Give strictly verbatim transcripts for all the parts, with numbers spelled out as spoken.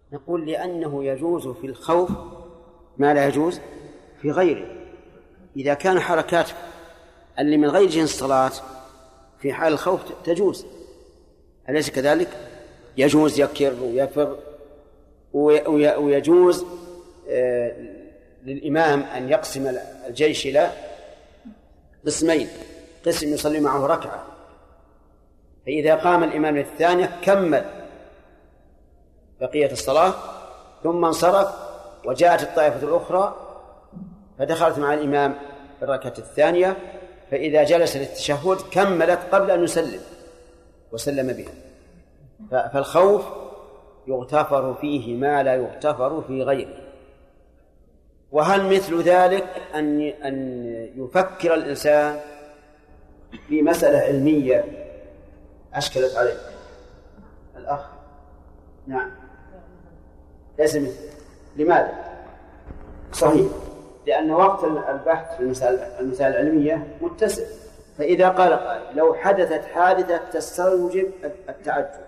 نقول لأنه يجوز في الخوف ما لا يجوز في غيره. إذا كان حركات اللي من غير جنس الصلاة في حال الخوف تجوز، أليس كذلك؟ يجوز يكر ويفر، ويجوز للإمام أن يقسم الجيش إلى قسمين، قسم يصلي معه ركعة، فإذا قام الإمام للثانية كمل بقية الصلاة ثم انصرف، وجاءت الطائفة الأخرى فدخلت مع الإمام في الركعة الثانية، فإذا جلس للتشهد كملت قبل أن يسلم وسلم بها. فالخوف يغتفر فيه ما لا يغتفر في غيره. وهل مثل ذلك أن أن يفكر الإنسان في مسألة علمية أشكلت عليه الأخ؟ نعم، ليس مثل. لماذا؟ صحيح، لأن وقت البحث في المسائل العلمية متسع. فإذا قال قائل لو حدثت حادثة تستوجب التعجب،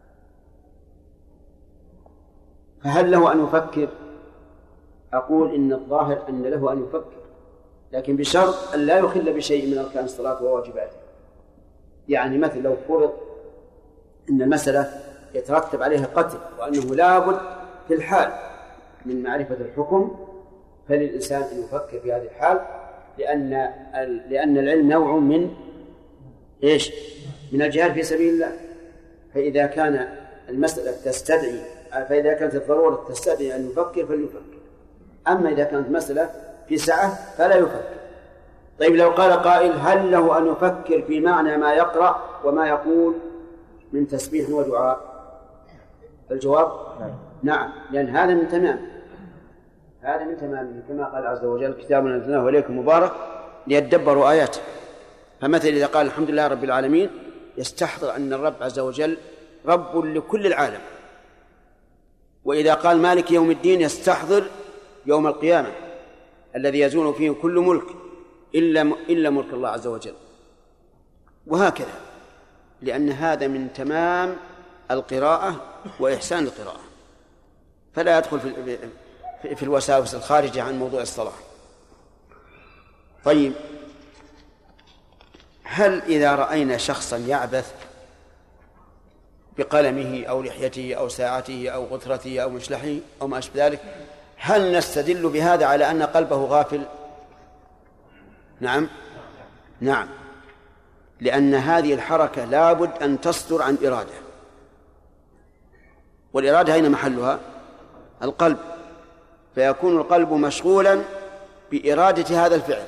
فهل له أن يفكر؟ أقول إن الظاهر أن له أن يفكر، لكن بشرط أن لا يخل بشيء من أركان الصلاة وواجباتها. يعني مثل لو فرض أن المسألة يترتب عليها قتل وأنه لا بد في الحال من معرفة الحكم، فللإنسان أن يفكر في هذه الحال، لأن لأن العلم نوع من إيش؟ من الجهاد في سبيل الله. فإذا كان المسألة تستدعي فإذا كانت الضرورة تستدعي أن يفكر فليفكر، أما إذا كانت مسألة في سعة فلا يفكر. طيب لو قال قائل هل له أن يفكر في معنى ما يقرأ وما يقول من تسبيح ودعاء؟ الجواب نعم، لأن هذا من تمام هذا من تمامه، كما قال عز وجل كتاب أنزلناه إليكم مبارك ليدبروا آياته. فمثل إذا قال الحمد لله رب العالمين يستحضر أن الرب عز وجل رب لكل العالم، وإذا قال مالك يوم الدين يستحضر يوم القيامة الذي يزول فيه كل ملك إلا إلا ملك الله عز وجل، وهكذا، لأن هذا من تمام القراءة وإحسان القراءة، فلا يدخل في في الوساوس الخارجة عن موضوع الصلاة. طيب، هل إذا رأينا شخصا يعبث بقلمه أو لحيته أو ساعته أو غترته أو مشلحه أو ما أشبه ذلك، هل نستدل بهذا على أن قلبه غافل؟ نعم نعم، لأن هذه الحركة لابد أن تصدر عن إرادة، والإرادة أين محلها؟ القلب، فيكون القلب مشغولا بإرادة هذا الفعل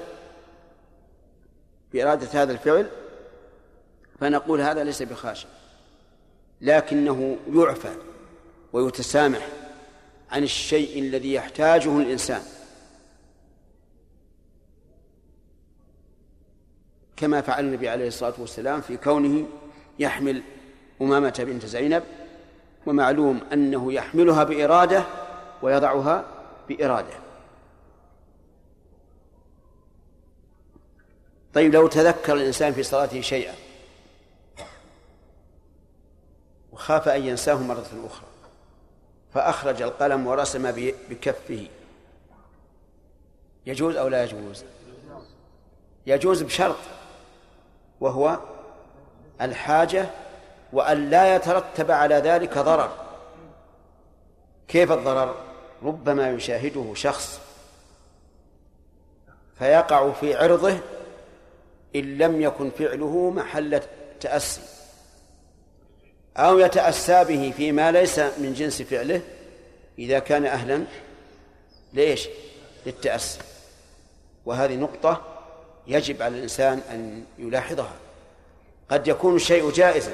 بإرادة هذا الفعل فنقول هذا ليس بخاشع، لكنه يعفى ويتسامح عن الشيء الذي يحتاجه الإنسان، كما فعل النبي عليه الصلاة والسلام في كونه يحمل أمامة بنت زينب، ومعلوم أنه يحملها بإرادة ويضعها بإرادة. طيب، لو تذكر الإنسان في صلاته شيئا وخاف أن ينساه مرة أخرى فأخرج القلم ورسم بكفه، يجوز أو لا يجوز؟ يجوز بشرط، وهو الحاجة وأن لا يترتب على ذلك ضرر. كيف الضرر؟ ربما يشاهده شخص فيقع في عرضه إن لم يكن فعله محل تأسي، أو يتأسى به فيما ليس من جنس فعله إذا كان أهلا ليش؟ للتأسي. وهذه نقطة يجب على الإنسان أن يلاحظها. قد يكون الشيء جائزا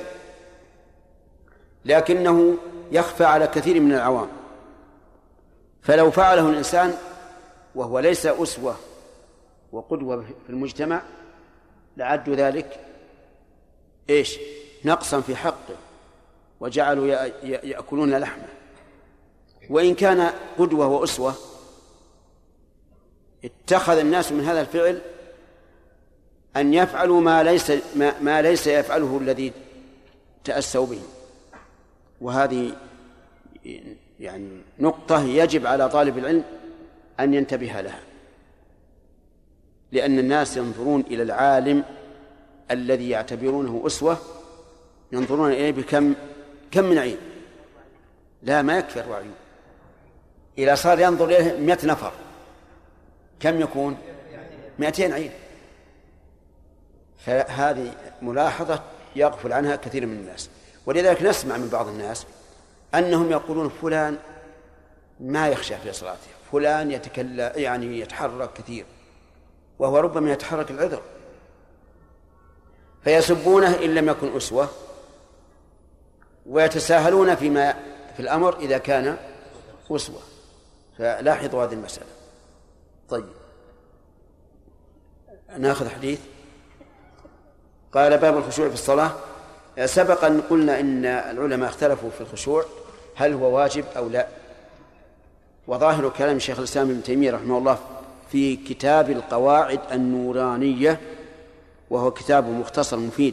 لكنه يخفى على كثير من العوام، فلو فعله الإنسان وهو ليس أسوة وقدوة في المجتمع لعد ذلك إيش؟ نقصا في حقه، وجعلوا يأكلون لحمه. وإن كان قدوة وأسوة اتخذ الناس من هذا الفعل أن يفعلوا ما ليس, ما, ما ليس يفعله الذي تأسوا به، وهذه يعني نقطة يجب على طالب العلم أن ينتبه لها، لأن الناس ينظرون إلى العالم الذي يعتبرونه أسوة، ينظرون إليه بكم كم من عين، لا ما يكفي أربع عيون. إذا صار ينظر إليه مئة نفر كم يكون؟ مئتين عين. فهذه ملاحظة يغفل عنها كثير من الناس. ولذلك نسمع من بعض الناس أنهم يقولون فلان ما يخشى في صلاته، فلان يتكلم يعني يتحرك كثير، وهو ربما يتحرك العذر، فيسبونه إن لم يكن أسوة، ويتساهلون فيما في الأمر إذا كان أسوة. فلاحظوا هذه المسألة. طيب نأخذ حديث. قال باب الخشوع في الصلاة. سبق أن قلنا إن العلماء اختلفوا في الخشوع هل هو واجب أو لا، وظاهر كلام شيخ الإسلام ابن تيمية رحمه الله في كتاب القواعد النورانية، وهو كتاب مختصر مفيد،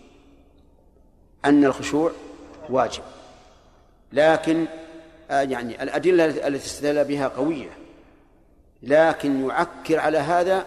أن الخشوع واجب، لكن يعني الأدلة التي استدل بها قوية، لكن يعكر على هذا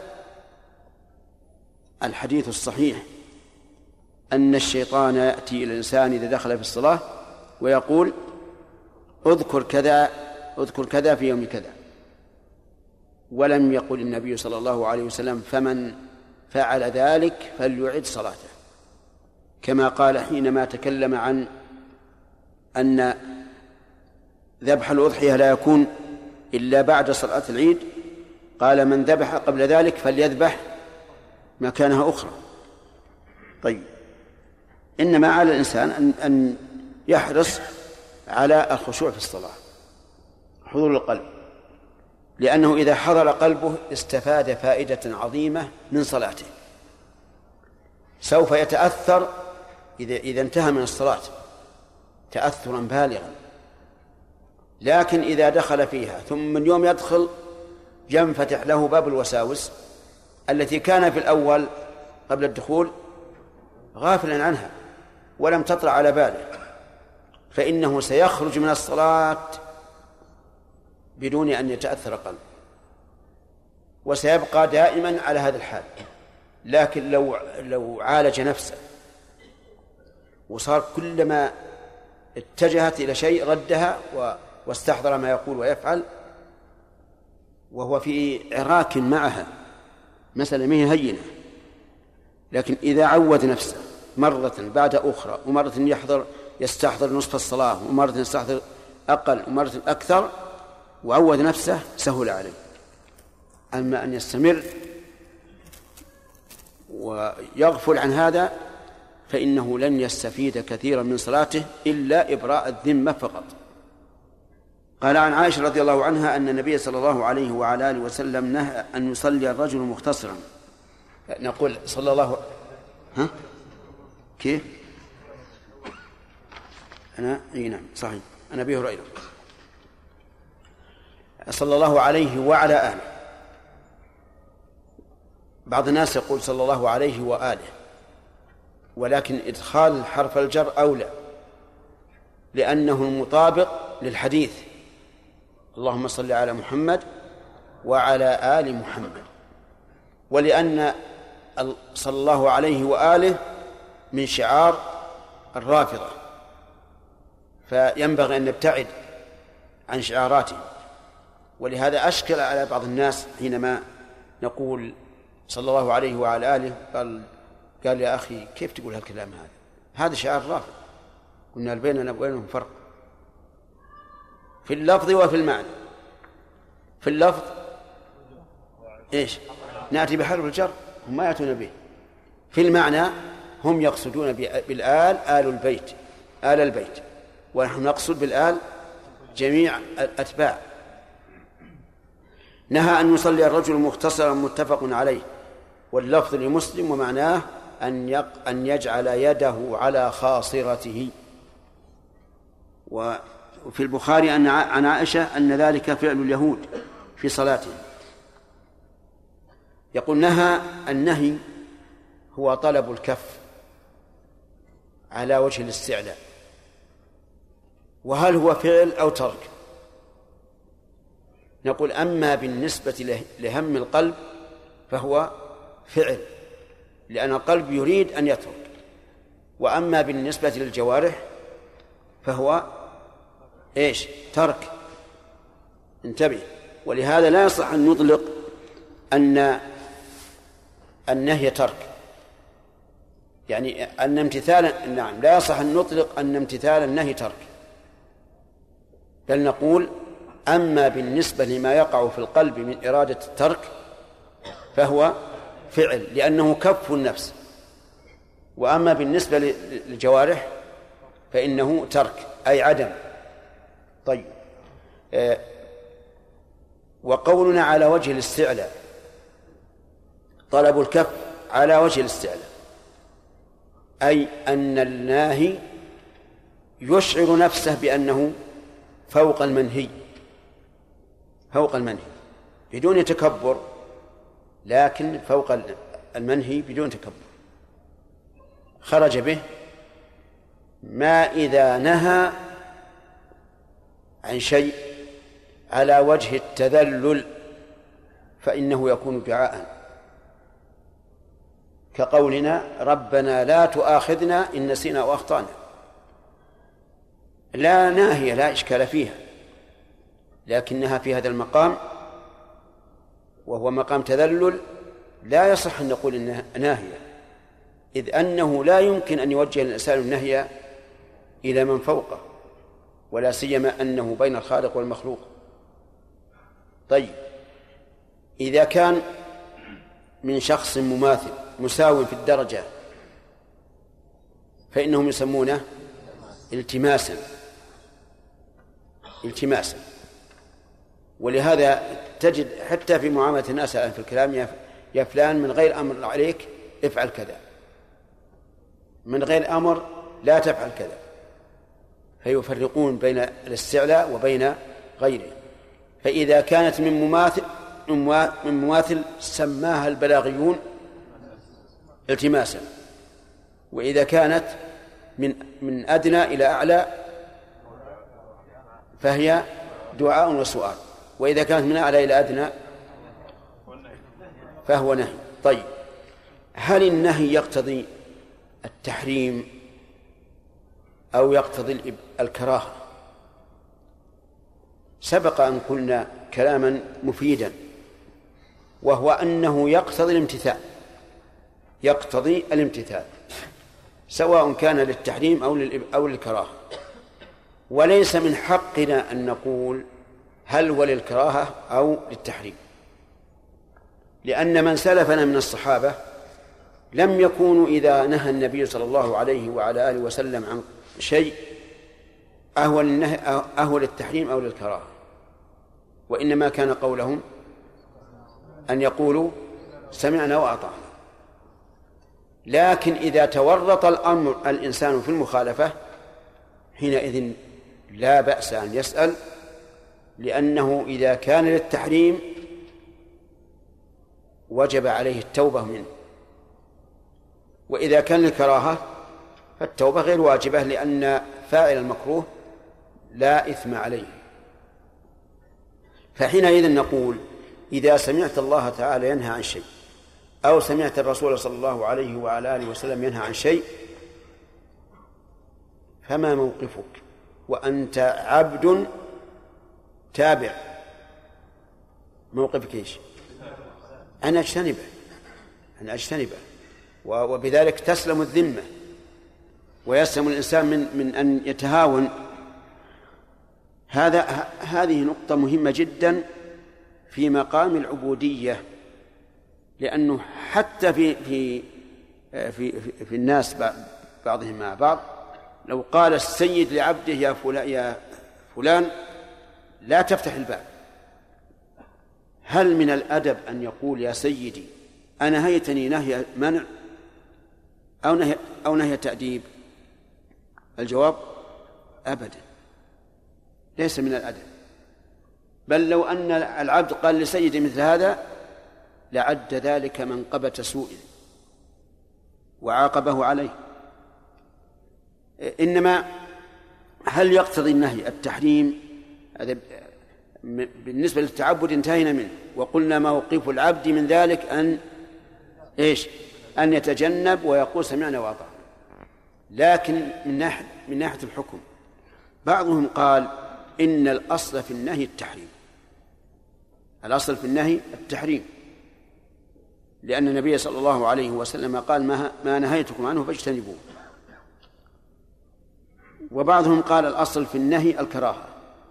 الحديث الصحيح أن الشيطان يأتي إلى الإنسان إذا دخل في الصلاة ويقول اذكر كذا اذكر كذا في يوم كذا، ولم يقل النبي صلى الله عليه وسلم فمن فعل ذلك فليعد صلاته، كما قال حينما تكلم عن أن ذبح الأضحية لا يكون إلا بعد صلاة العيد، قال من ذبح قبل ذلك فليذبح مكانها أخرى. طيب إنما على الإنسان أن, أن يحرص على الخشوع في الصلاة، حضور القلب، لأنه إذا حضر قلبه استفاد فائدة عظيمة من صلاته، سوف يتأثر إذا, إذا انتهى من الصلاة تأثرا بالغا. لكن إذا دخل فيها ثم من يوم يدخل ينفتح له باب الوساوس التي كان في الأول قبل الدخول غافلا عنها ولم تطرأ على باله، فإنه سيخرج من الصلاة بدون أن يتأثر قلبه، وسيبقى دائما على هذا الحال. لكن لو لو عالج نفسه وصار كلما اتجهت إلى شيء ردها واستحضر ما يقول ويفعل وهو في عراك معها، مسألة ما هي هينة، لكن إذا عود نفسه مرة بعد أخرى، ومرة يحضر يستحضر نصف الصلاة، ومرة يستحضر أقل، ومرة أكثر، وعود نفسه سهل عليه. أما أن يستمر ويغفل عن هذا فإنه لن يستفيد كثيرا من صلاته إلا إبراء الذمة فقط. قال عن عائشة رضي الله عنها أن النبي صلى الله عليه وعلى آله وسلم نهى أن يصلي الرجل مختصرا. نقول صلى الله ها كيف أنا أي نعم صحيح أنا أبي هريرة صلى الله عليه وعلى آله. بعض الناس يقول صلى الله عليه وآله، ولكن إدخال حرف الجر أولى لأنه المطابق للحديث اللهم صل على محمد وعلى آل محمد، ولأن صلى الله عليه وآله من شعار الرافضة، فينبغي أن نبتعد عن شعاراتهم. ولهذا أشكل على بعض الناس حينما نقول صلى الله عليه وعلى آله، قال قال يا أخي كيف تقول هالكلام هذا؟ هذا شعار رافض. قلنا بيننا وبينهم فرق في اللفظ وفي المعنى. في اللفظ إيش؟ نأتي بحرف الجر، هم ما يأتون به. في المعنى هم يقصدون بالآل آل البيت، آل البيت، ونحن نقصد بالآل جميع الأتباع. نهى أن يصلي الرجل مختصرا متفق عليه، واللفظ لمسلم ومعناه أن أن يجعل يده على خاصرته. وفي البخاري عن عائشة أن ذلك فعل اليهود في صلاتهم. يقول نهى، النهي هو طلب الكف على وجه الاستعلاء، وهل هو فعل أو ترك؟ نقول أما بالنسبة لهم القلب فهو فعل، لأن القلب يريد أن يترك، وأما بالنسبة للجوارح فهو إيش؟ ترك. انتبه. ولهذا لا يصح أن نطلق أن النهي ترك، يعني أن امتثال نعم لا يصح أن نطلق أن امتثال النهي ترك، بل نقول أما بالنسبة لما يقع في القلب من إرادة الترك فهو فعل لأنه كف النفس، وأما بالنسبة للجوارح فإنه ترك أي عدم. طيب، آه وقولنا على وجه الاستعلاء، طلب الكف على وجه الاستعلاء، أي أن الناهي يشعر نفسه بأنه فوق المنهي، فوق المنهي بدون تكبر، لكن فوق المنهي بدون تكبر. خرج به ما إذا نهى عن شيء على وجه التذلل فإنه يكون دعاء، كقولنا ربنا لا تؤاخذنا إن نسينا وأخطأنا، لا ناهية لا إشكال فيها، لكنها في هذا المقام وهو مقام تذلل لا يصح أن نقول إنها ناهية، إذ أنه لا يمكن أن يوجه الإنسان النهي إلى من فوقه، ولا سيما أنه بين الخالق والمخلوق. طيب، إذا كان من شخص مماثل مساو في الدرجة فإنهم يسمونه التماسا التماسا ولهذا تجد حتى في معاملة الناس في الكلام يا فلان من غير أمر عليك افعل كذا، من غير أمر لا تفعل كذا، فيفرقون بين الاستعلاء وبين غيره. فإذا كانت من مماثل من مماثل سماها البلاغيون التماسا، وإذا كانت من من أدنى إلى أعلى فهي دعاء وسؤال، وإذا كانت من أعلى إلى أدنى فهو نهي. طيب، هل النهي يقتضي التحريم أو يقتضي الكراهة؟ سبق أن قلنا كلاما مفيدا، وهو أنه يقتضي الامتثال، يقتضي الامتثال سواء كان للتحريم أو أو للكراهة، وليس من حقنا أن نقول هل هو للكراهة أو للتحريم، لأن من سلفنا من الصحابة لم يكونوا إذا نهى النبي صلى الله عليه وعلى آله وسلم عن شيء أهو للنهي أهو للتحريم أو للكراهة، وإنما كان قولهم أن يقولوا سمعنا وأطعنا. لكن إذا تورط الأمر الإنسان في المخالفة حينئذ لا بأس أن يسأل، لأنه إذا كان للتحريم وجب عليه التوبة منه، وإذا كان للكراهة فالتوبة غير واجبة، لأن فاعل المكروه لا إثم عليه. فحينئذ نقول إذا سمعت الله تعالى ينهى عن شيء أو سمعت الرسول صلى الله عليه وعلى آله وسلم ينهى عن شيء فما موقفك وأنت عبد تابع؟ موقفك إيش؟ أن أجتنبه أن أجتنبه وبذلك تسلم الذمة ويسلم الإنسان من من أن يتهاون. هذا هذه نقطة مهمة جدا في مقام العبودية، لأنه حتى في في في في, في الناس بعضهم مع بعض لو قال السيد لعبده يا فلان يا فلان لا تفتح الباب، هل من الأدب أن يقول يا سيدي أنهيتني نهي منع أو نهي أو نهي تأديب؟ الجواب أبدا، ليس من الأدب. بل لو أن العبد قال لسيدي مثل هذا لعد ذلك منقبة سوء وعاقبه عليه. إنما هل يقتضي النهي التحريم؟ هذا بالنسبة للتعبد انتهينا منه، وقلنا موقف العبد من ذلك أن إيش؟ أن يتجنب ويقول سمعنا وأطعنا. لكن من ناحية من ناحية الحكم بعضهم قال إن الأصل في النهي التحريم، الأصل في النهي التحريم، لأن النبي صلى الله عليه وسلم قال ما, ما نهيتكم عنه فاجتنبوه. وبعضهم قال الأصل في النهي الكراهة،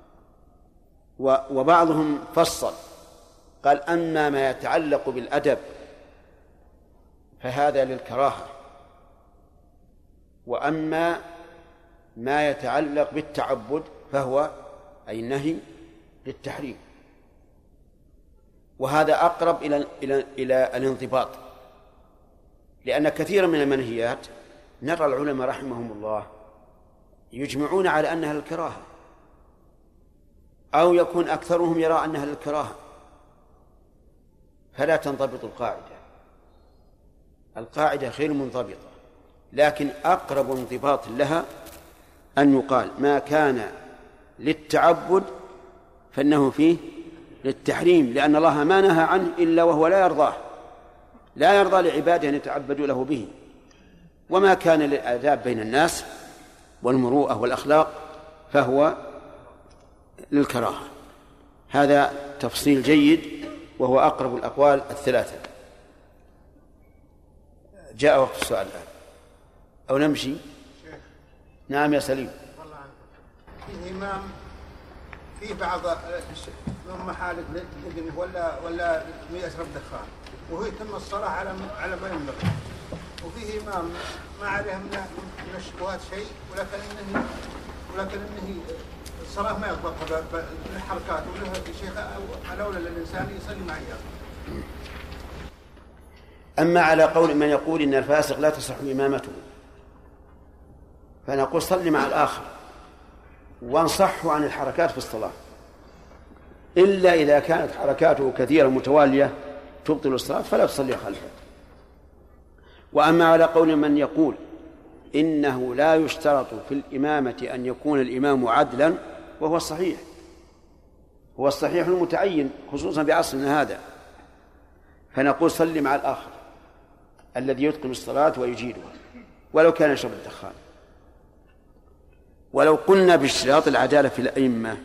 وبعضهم فصل قال أما ما يتعلق بالأدب فهذا للكراهة، وأما ما يتعلق بالتعبد فهو أي النهي للتحريم. وهذا أقرب إلى إلى إلى الانضباط، لأن كثيرا من المنهيات نرى العلماء رحمهم الله يجمعون على أنها للكراهة، أو يكون أكثرهم يرى أنها للكراهة، فلا تنضبط القاعدة. القاعدة غير منضبطة، لكن أقرب انضباط لها أن يقال ما كان للتعبد فإنه فيه للتحريم، لأن الله ما نهى عنه إلا وهو لا يرضاه، لا يرضى لعباده أن يتعبدوا له به. وما كان للآداب بين الناس والمروءة والأخلاق فهو للكراهة. هذا تفصيل جيد وهو أقرب الأقوال الثلاثة. جاء وقت السؤال الآن أو نمشي؟ نعم يا سليم. فيه إمام في بعض من محالك لجنه ولا ولا يشرب دخان وهو يتم الصلاة على على ما ينبغي، وفيه إمام ما عليه من من الشبهات شيء، ولكن إنه ولكن إنه الصلاة ما يطبقها بالحركات، وله شيخ الأولى للإنسان يصلي مع إياه. أما على قول من يقول إن الفاسق لا تصح إمامته فنقول صلي مع الآخر وانصحه عن الحركات في الصلاة، إلا إذا كانت حركاته كثيرة متوالية تبطل الصلاة فلا تصلي خلفه. وأما على قول من يقول إنه لا يشترط في الإمامة أن يكون الإمام عدلا، وهو الصحيح، هو الصحيح المتعين خصوصا بعصرنا هذا، فنقول صلي مع الآخر الذي يتقن الصلاة ويجيدها ولو كان يشرب الدخان. ولو قلنا باشتراط العدالة في الأئمة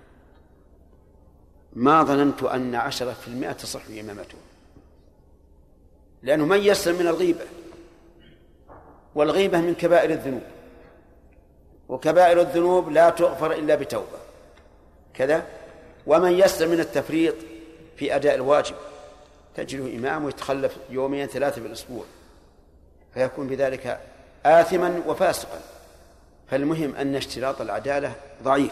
ما ظننت أن عشرة في المئة تصح إمامته، لأنه من يسلم من الغيبة، والغيبة من كبائر الذنوب، وكبائر الذنوب لا تغفر إلا بتوبة كذا. ومن يسلم من التفريط في أداء الواجب تجده إمام ويتخلف يومين ثلاثة في الأسبوع، فيكون بذلك آثما وفاسقا. فالمهم أن اشتراط العدالة ضعيف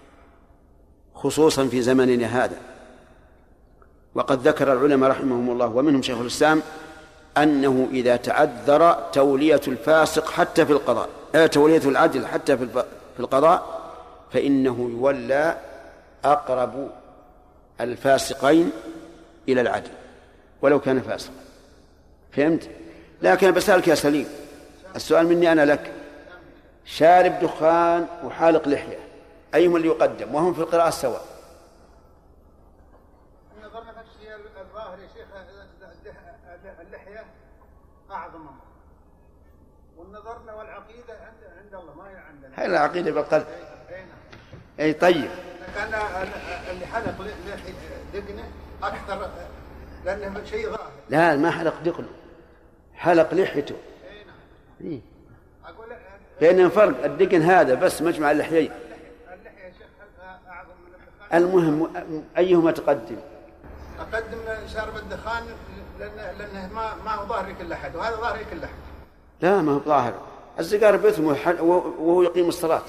خصوصا في زمننا هذا. وقد ذكر العلماء رحمهم الله ومنهم شيخ الإسلام أنه إذا تعذر تولية الفاسق حتى في القضاء آه تولية العدل حتى في القضاء فإنه يولى أقرب الفاسقين إلى العدل ولو كان فاسقا. فهمت؟ لكن بسألك يا سليم، السؤال مني أنا لك، شارب دخان وحالق لحية أيهم اللي يقدم وهم في القراءة سواء؟ نظرنا في الشيء الظاهر يا شيخ اللحية أعظم، والنظرنا والعقيدة عند عند الله ما هي عندنا. هاي العقيدة بالقلب. أي طيب. كان اللي حلق دقنه أكثر لأنه شيء ظاهر. لا ما حلق دقنه، حلق لحيته. إيه. بين فرق الدقن هذا بس مجمع اللحيين. اللحية يا شيخ أعظم من الدخان. المهم أيهما تقدم؟ أقدم شارب الدخان لأنه, لأنه ما ما هو ظاهر كل أحد، وهذا ظاهر كل أحد. لا ما هو ظاهر، السيجار بيثم وهو يقيم الصلاة.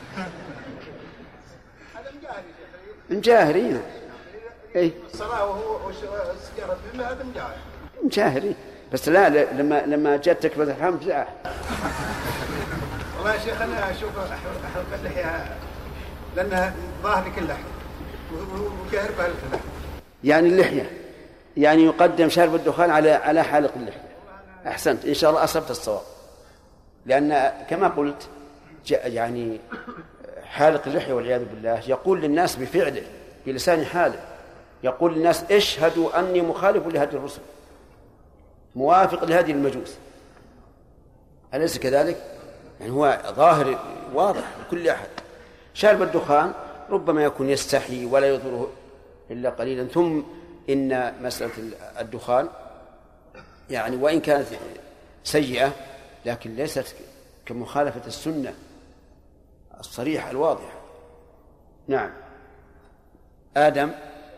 هذا مجاهر يا شيخ. مجاهرين. إيه. الصلاة وهو السيجارة بيثم هذا مجاهر. مجاهرين بس لا لما لما جاءت تكبر الحرام جاء. والله يا شيخ أنا أشوف أحلق اللحية لأنها ظاهر كل أحد وجاهر بها كل أحد. يعني اللحية يعني يقدم شارب الدخان على على حالق اللحية. أحسنت إن شاء الله أصبت الصواب، لأن كما قلت يعني حالق اللحية والعياذ بالله يقول للناس بفعله بلسان حاله يقول للناس اشهدوا أني مخالف لهدي الرسل موافق لهدي المجوس، أليس كذلك؟ يعني هو ظاهر واضح لكل أحد. شارب الدخان ربما يكون يستحي ولا يضره إلا قليلا. ثم إن مسألة الدخان يعني وإن كانت سيئة لكن ليست كمخالفة السنة الصريحة الواضحة. نعم. آدم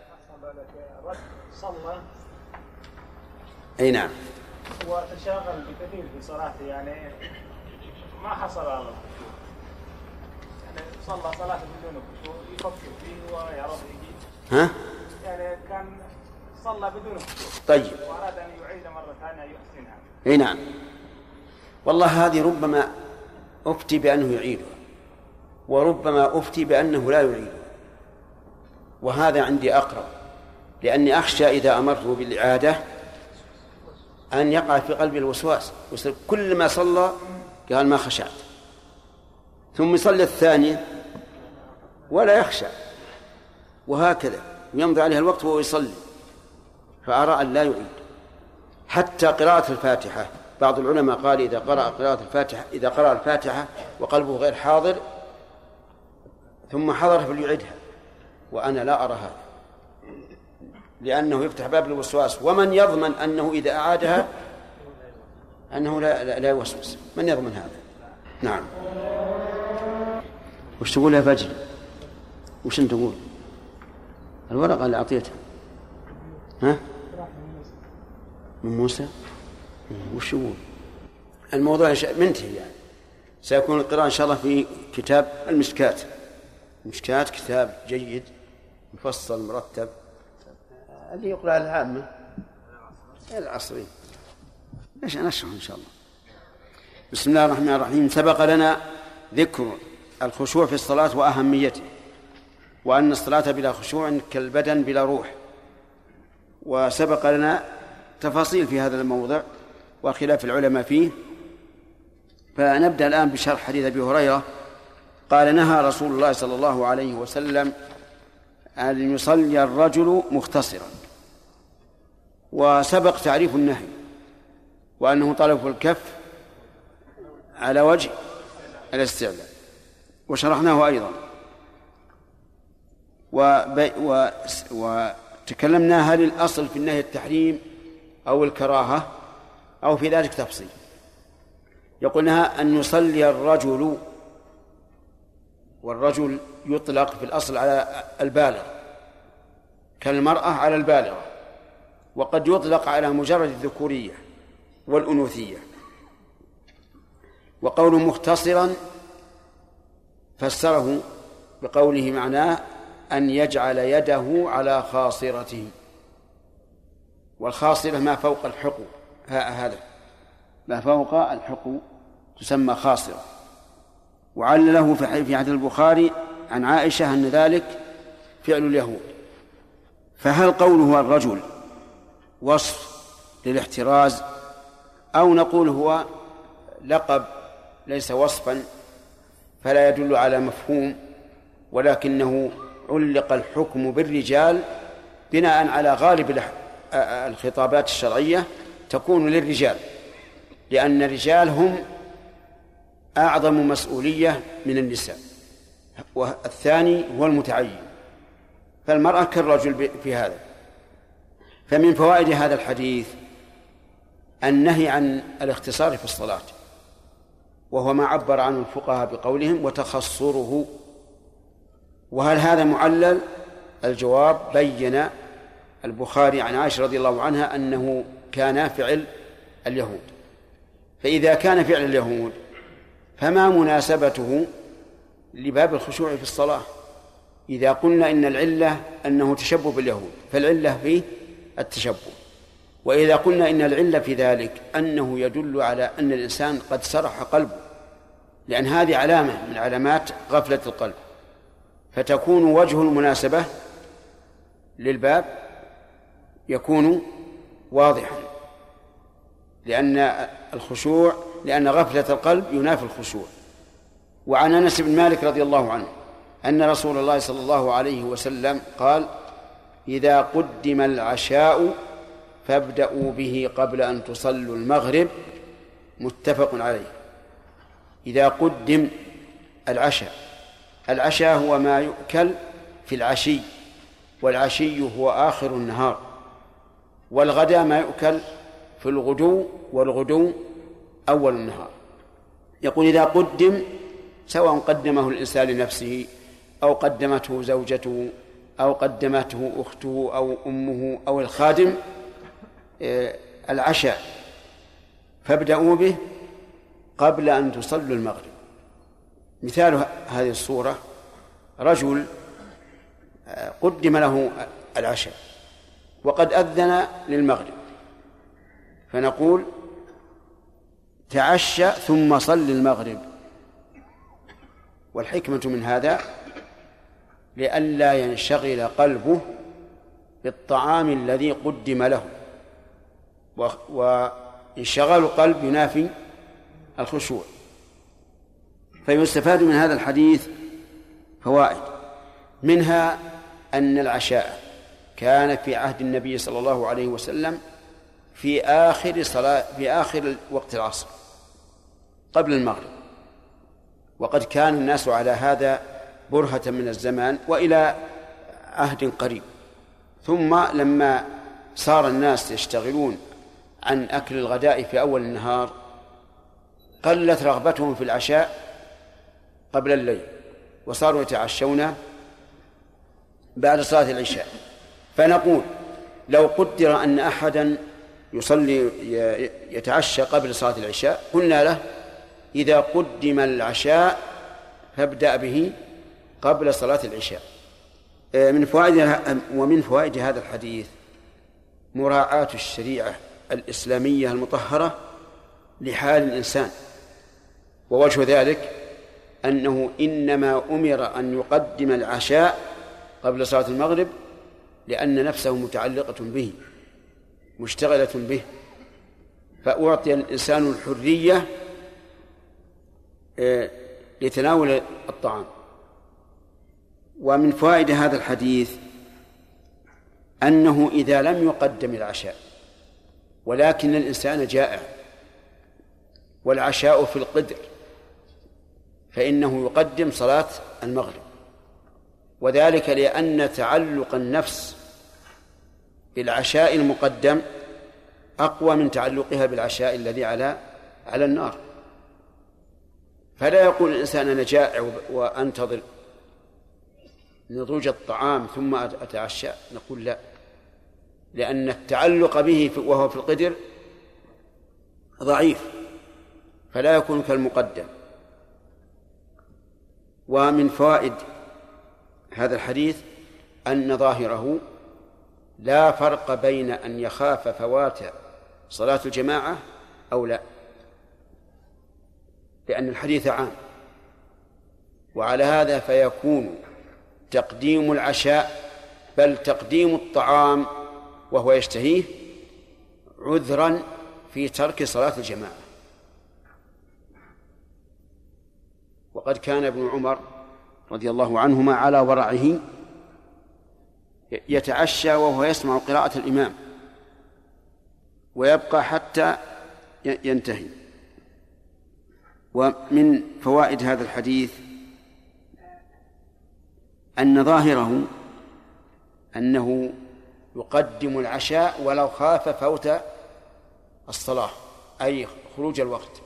صلى أي نعم وتشاغل بكثير في صلاته، يعني ما حصل على الخشوع، يعني صلى صلاة بدون خشوع يفكر فيه ويعرف يجي ها؟ يعني كان صلى بدون خشوع طيب وأراد أن يعيد مرة ثانية يحسنها. أي نعم. والله هذه ربما أفتي بأنه يعيدها وربما أفتي بأنه لا يعيدها، وهذا عندي أقرب، لأني أخشى إذا أمرته بالإعادة أن يقع في قلبي الوسواس، كل ما صلى قال ما خشعت، ثم يصلي الثانية ولا يخشع، وهكذا يمضي عليها الوقت وهو يصلي، فأرى أن لا يعيد. حتى قراءة الفاتحة بعض العلماء قال إذا قرأ قراءة الفاتحة إذا قرأ الفاتحة وقلبه غير حاضر ثم حضر فليعيدها، وأنا لا أرى هذا، لأنه يفتح باب الوسواس. ومن يضمن أنه إذا أعادها أنه لا, لا, لا يوسوس؟ من يضمن هذا؟ نعم. وش تقول يا فجر؟ وش أنت تقول؟ الورقة اللي أعطيتها ها؟ من موسى؟ وش يقول؟ الموضوع منتهي، يعني سيكون القراءة إن شاء الله في كتاب المشكات. المشكات كتاب جيد مفصل مرتب، اللي يقرأ العامة العصري. ليش نشرح إن شاء الله. بسم الله الرحمن الرحيم. سبق لنا ذكر الخشوع في الصلاة وأهميته، وأن الصلاة بلا خشوع كالبدن بلا روح، وسبق لنا تفاصيل في هذا الموضع وخلاف العلماء فيه. فنبدأ الآن بشرح حديث أبي هريرة قال نهى رسول الله صلى الله عليه وسلم أن يصلي الرجل مختصرا، وسبق تعريف النهي وأنه طلب الكف على وجه الاستعلاء، وشرحناه أيضا وبي و... وتكلمنا هل الأصل في النهي التحريم أو الكراهة أو في ذلك تفصيل. يقولنا أن يصلي الرجل، والرجل يطلق في الأصل على البالغ كالمرأة على البالغة، وقد يطلق على مجرد الذكورية والأنوثية. وقول مختصرا فسره بقوله معناه أن يجعل يده على خاصرته، والخاصرة ما فوق الحقو، هذا ما فوق الحقو تسمى خاصرة. وعلله في حديث البخاري عن عائشة أن ذلك فعل اليهود. فهل قوله الرجل وصف للاحتراز أو نقول هو لقب ليس وصفا فلا يدل على مفهوم، ولكنه علق الحكم بالرجال بناء على غالب الخطابات الشرعية تكون للرجال، لأن الرجال هم أعظم مسؤولية من النساء، والثاني هو المتعين، فالمرأة كالرجل في هذا. فمن فوائد هذا الحديث النهي عن الاختصار في الصلاة، وهو ما عبر عنه الفقهاء بقولهم وتخصره. وهل هذا معلل؟ الجواب بين البخاري عن عائشة رضي الله عنها أنه كان فعل اليهود، فإذا كان فعل اليهود فما مناسبته لباب الخشوع في الصلاة؟ إذا قلنا إن العلة أنه تشبه باليهود فالعلة فيه التشبه، وإذا قلنا إن العلة في ذلك أنه يدل على أن الإنسان قد سرح قلبه، لأن هذه علامة من علامات غفلة القلب، فتكون وجه المناسبة للباب يكون واضحا، لأن الخشوع لأن غفلة القلب ينافي الخشوع. وعن أنس بن مالك رضي الله عنه أن رسول الله صلى الله عليه وسلم قال: إذا قدم العشاء فابدأوا به قبل أن تصلوا المغرب. متفق عليه. إذا قدم العشاء، العشاء هو ما يؤكل في العشي، والعشي هو آخر النهار، والغداء ما يؤكل في الغدو، والغدو أول النهار. يقول: إذا قدم، سواء قدمه الإنسان لنفسه أو قدمته زوجته أو قدمته أخته أو أمه أو الخادم، العشاء فابدأوا به قبل أن تصلوا المغرب. مثال هذه الصورة: رجل قدم له العشاء وقد أذن للمغرب، فنقول: تعشى ثم صل المغرب. والحكمة من هذا لئلا ينشغل قلبه بالطعام الذي قدم له، وانشغال القلب ينافي الخشوع. فيستفاد من هذا الحديث فوائد، منها أن العشاء كان في عهد النبي صلى الله عليه وسلم في آخر صلاة في آخر وقت العصر قبل المغرب، وقد كان الناس على هذا برهة من الزمان وإلى عهد قريب. ثم لما صار الناس يشتغلون عن أكل الغداء في أول النهار قلت رغبتهم في العشاء قبل الليل، وصاروا يتعشون بعد صلاة العشاء. فنقول: لو قدر أن أحدا يصلي يتعشى قبل صلاة العشاء، قلنا له: إذا قدم العشاء فابدأ به قبل صلاة العشاء. من فوائد ومن فوائد هذا الحديث مراعاة الشريعة الإسلامية المطهرة لحال الإنسان، ووجه ذلك أنه إنما أمر أن يقدم العشاء قبل صلاة المغرب لأن نفسه متعلقة به مشتغلة به، فأعطي الإنسان الحرية لتناول الطعام. ومن فوائد هذا الحديث أنه إذا لم يقدم العشاء ولكن الإنسان جائع والعشاء في القدر، فإنه يقدم صلاة المغرب، وذلك لأن تعلق النفس بالعشاء المقدم أقوى من تعلقها بالعشاء الذي على على النار. فلا يقول الإنسان: أنا جائع وأنتظر نضوج الطعام ثم أتعشى. نقول: لا، لأن التعلق به وهو في القدر ضعيف، فلا يكون كالمقدم. ومن فوائد هذا الحديث أن ظاهره لا فرق بين أن يخاف فوات صلاة الجماعة أو لا، لأن الحديث عام. وعلى هذا فيكون تقديم العشاء بل تقديم الطعام وهو يشتهيه عذرا في ترك صلاة الجماعة. وقد كان ابن عمر رضي الله عنهما على ورعه يتعشى وهو يسمع قراءة الإمام ويبقى حتى ينتهي. ومن فوائد هذا الحديث أن ظاهره أنه يقدم العشاء ولو خاف فوت الصلاة أي خروج الوقت،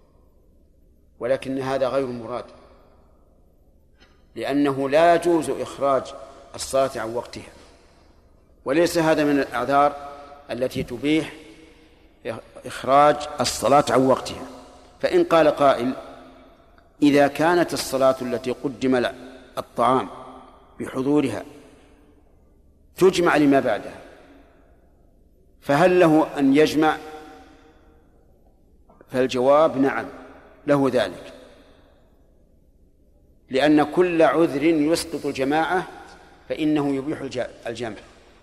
ولكن هذا غير مراد، لأنه لا يجوز إخراج الصلاة عن وقتها، وليس هذا من الأعذار التي تبيح إخراج الصلاة عن وقتها. فإن قال قائل: إذا كانت الصلاة التي قدم الطعام بحضورها تجمع لما بعدها، فهل له أن يجمع؟ فالجواب: نعم، له ذلك، لأن كل عذر يسقط الجماعة فإنه يبيح الجمع.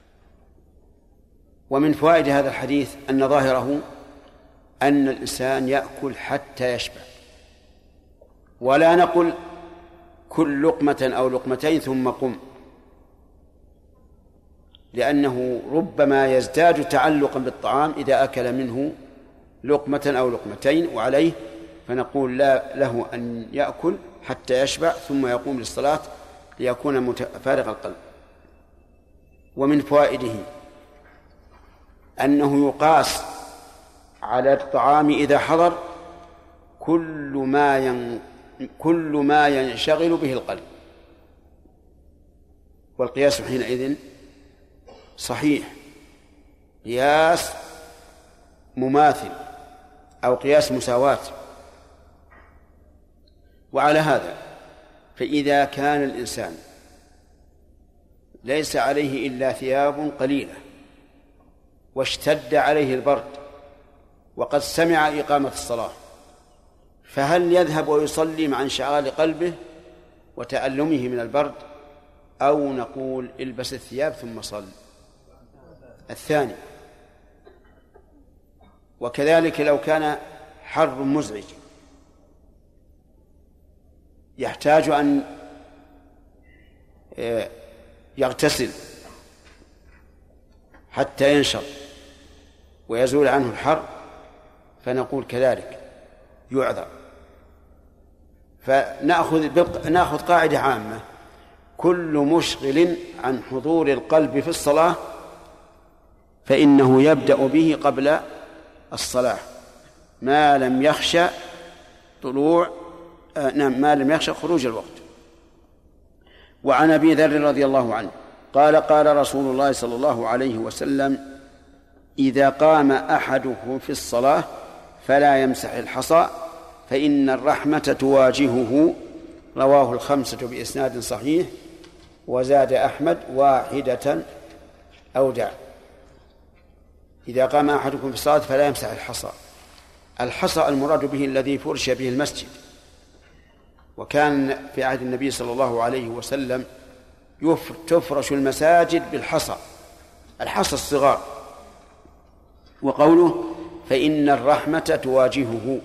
ومن فوائد هذا الحديث أن ظاهره أن الإنسان يأكل حتى يشبع، ولا نقل كل لقمة أو لقمتين ثم قم، لأنه ربما يزداد تعلقا بالطعام إذا أكل منه لقمة أو لقمتين، وعليه فنقول لا له أن يأكل حتى يشبع ثم يقوم للصلاة ليكون فارغ القلب. ومن فوائده أنه يقاس على الطعام إذا حضر كل ما ين... كل ما ينشغل به القلب، والقياس حينئذ صحيح، قياس مماثل أو قياس مساواة. وعلى هذا فإذا كان الإنسان ليس عليه إلا ثياب قليلة واشتد عليه البرد وقد سمع إقامة الصلاة، فهل يذهب ويصلي مع انشغال قلبه وتألمه من البرد، أو نقول البس الثياب ثم صل؟ الثاني. وكذلك لو كان حر مزعج يحتاج أن يغتسل حتى ينشط ويزول عنه الحر، فنقول كذلك يعذر. فنأخذ نأخذ قاعدة عامة: كل مشغل عن حضور القلب في الصلاة فإنه يبدأ به قبل الصلاة ما لم يخشى طلوع آه نعم ما لم يخشى خروج الوقت. وعن أبي ذر رضي الله عنه قال قال رسول الله صلى الله عليه وسلم: إذا قام أحدكم في الصلاة فلا يمسح الحصى فإن الرحمة تواجهه. رواه الخمسة بإسناد صحيح، وزاد أحمد: واحدة أودع. إذا قام أحدكم في الصلاة فلا يمسح الحصى. الحصى المراد به الذي فرش به المسجد، وكان في عهد النبي صلى الله عليه وسلم تفرش المساجد بالحصى، الحصى الصغار. وقوله فإن الرحمة تواجهه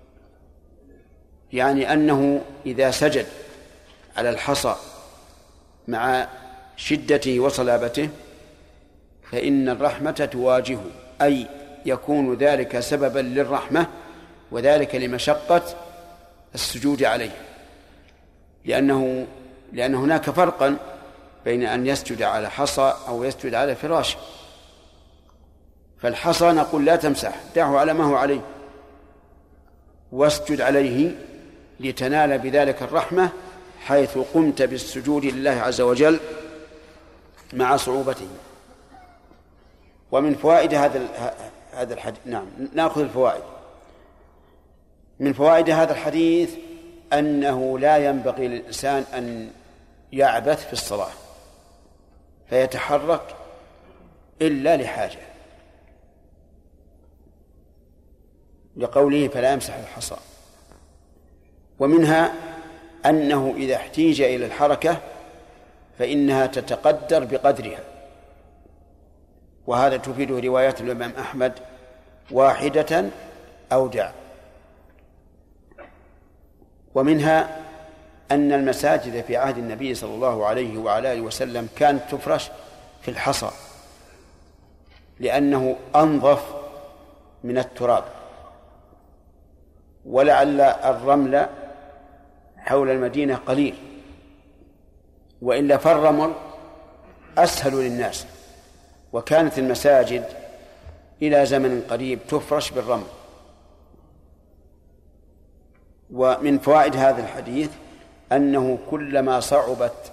يعني أنه إذا سجد على الحصى مع شدته وصلابته فإن الرحمة تواجهه، أي يكون ذلك سببا للرحمة، وذلك لمشقة السجود عليه، لأنه لأن هناك فرقا بين أن يسجد على حصى أو يسجد على فراش. فالحصى نقول لا تمسح، دعه على ما هو عليه واسجد عليه لتنال بذلك الرحمة، حيث قمت بالسجود لله عز وجل مع صعوبته. ومن فوائد هذا هذا الحديث نعم نأخذ الفوائد. من فوائد هذا الحديث أنه لا ينبغي للإنسان أن يعبث في الصلاة فيتحرك إلا لحاجة، لقوله فلا يمسح الحصى. ومنها أنه إذا احتيج إلى الحركة فإنها تتقدر بقدرها، وهذا تفيده روايات الإمام أحمد: واحدة أودع. ومنها أن المساجد في عهد النبي صلى الله عليه وعلى آله وسلم كانت تفرش في الحصى لأنه أنظف من التراب، ولعل الرمل حول المدينة قليل، وإلا فالرمل أسهل للناس. وكانت المساجد إلى زمن قريب تفرش بالرمل. ومن فوائد هذا الحديث أنه كلما صعبت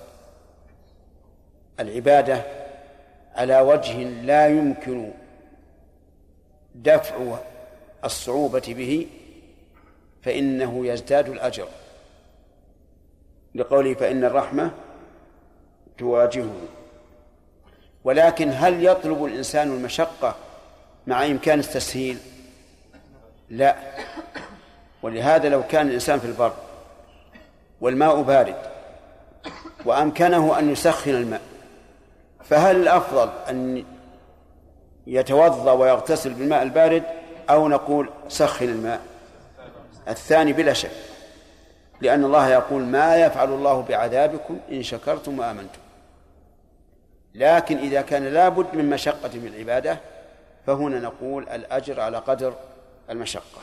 العبادة على وجه لا يمكن دفع الصعوبة به فإنه يزداد الأجر، لقوله فإن الرحمة تواجهه. ولكن هل يطلب الإنسان المشقة مع إمكان التسهيل؟ لا. ولهذا لو كان الإنسان في البر والماء بارد وأمكنه أن يسخن الماء، فهل الأفضل أن يتوضأ ويغتسل بالماء البارد أو نقول سخن الماء؟ الثاني بلا شك. لأن الله يقول ما يفعل الله بعذابكم إن شكرتم وآمنتم. لكن إذا كان لا بد من مشقة في العبادة فهنا نقول الأجر على قدر المشقة.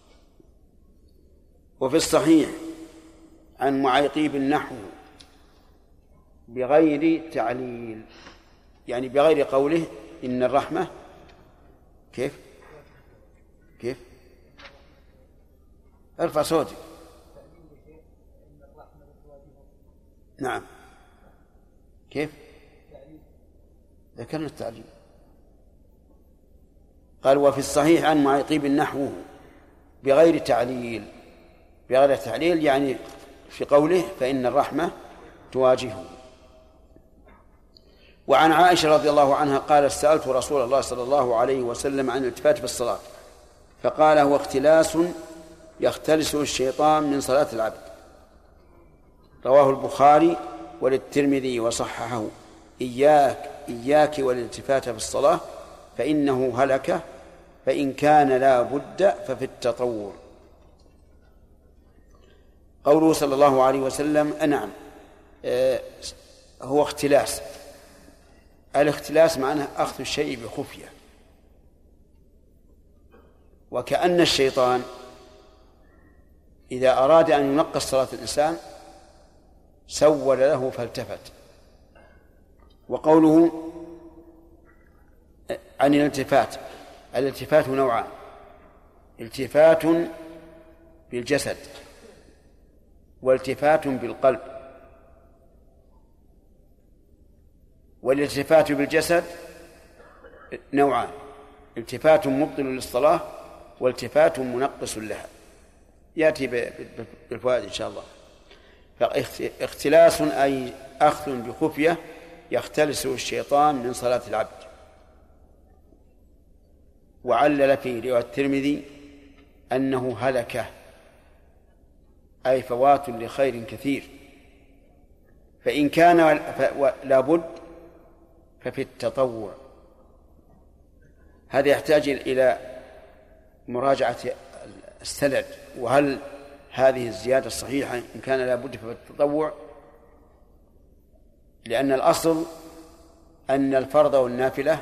وفي الصحيح عن معيقيب النحو بغير تعليل، يعني بغير قوله إن الرحمة كيف كيف ارفع صوتك. نعم كيف ذكرنا التعليل. قال وفي الصحيح عن معيقيب نحوه بغير تعليل. بغير تعليل يعني في قوله فإن الرحمة تواجهه. وعن عائشة رضي الله عنها قالت سألت رسول الله صلى الله عليه وسلم عن الالتفات في الصلاة فقال هو اختلاس يختلسه الشيطان من صلاة العبد. رواه البخاري وللترمذي وصححه. إياك إياك والالتفات في الصلاة فإنه هلكة فإن كان لا بد ففي التطور. قوله صلى الله عليه وسلم أنعم آه هو اختلاس. الاختلاس معناه أخذ الشيء بخفية، وكأن الشيطان إذا أراد أن ينقص صلاة الإنسان سول له فالتفت. وقوله عن الالتفات، الالتفات نوعان: التفات بالجسد والتفات بالقلب. والالتفات بالجسد نوعان: التفات مبطل للصلاة والتفات منقص لها، يأتي بالفوائد إن شاء الله. فاختلاس أي أخذ بخفية يختلسه الشيطان من صلاة العبد. وعلل في رواية الترمذي أنه هلكة أي فوات لخير كثير. فإن كان لا بد ففي التطوع. هذا يحتاج إلى مراجعة السند، وهل هذه الزيادة الصحيحة إن كان لا بد ففي التطوع، لأن الأصل أن الفرض والنافلة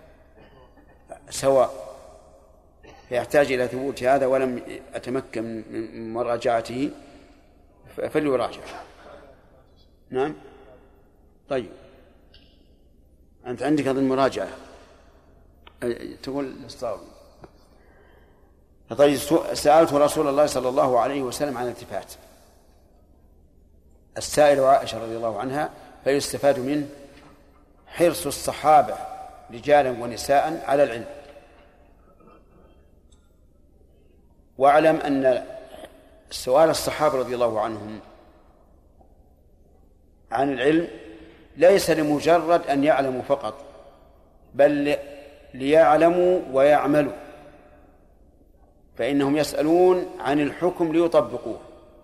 سواء، فيحتاج إلى ثبوت هذا ولم أتمكن من مراجعته فليراجع. نعم طيب أنت عندك هذه المراجعة تقول الصاوي. طيب سألت رسول الله صلى الله عليه وسلم عن الالتفات. السائل عائشة رضي الله عنها فيستفاد منه حرص الصحابة رجالا ونساء على العلم. واعلم أن سؤال الصحابة رضي الله عنهم عن العلم ليس لمجرد أن يعلموا فقط، بل ليعلموا ويعملوا، فإنهم يسألون عن الحكم ليطبقوه،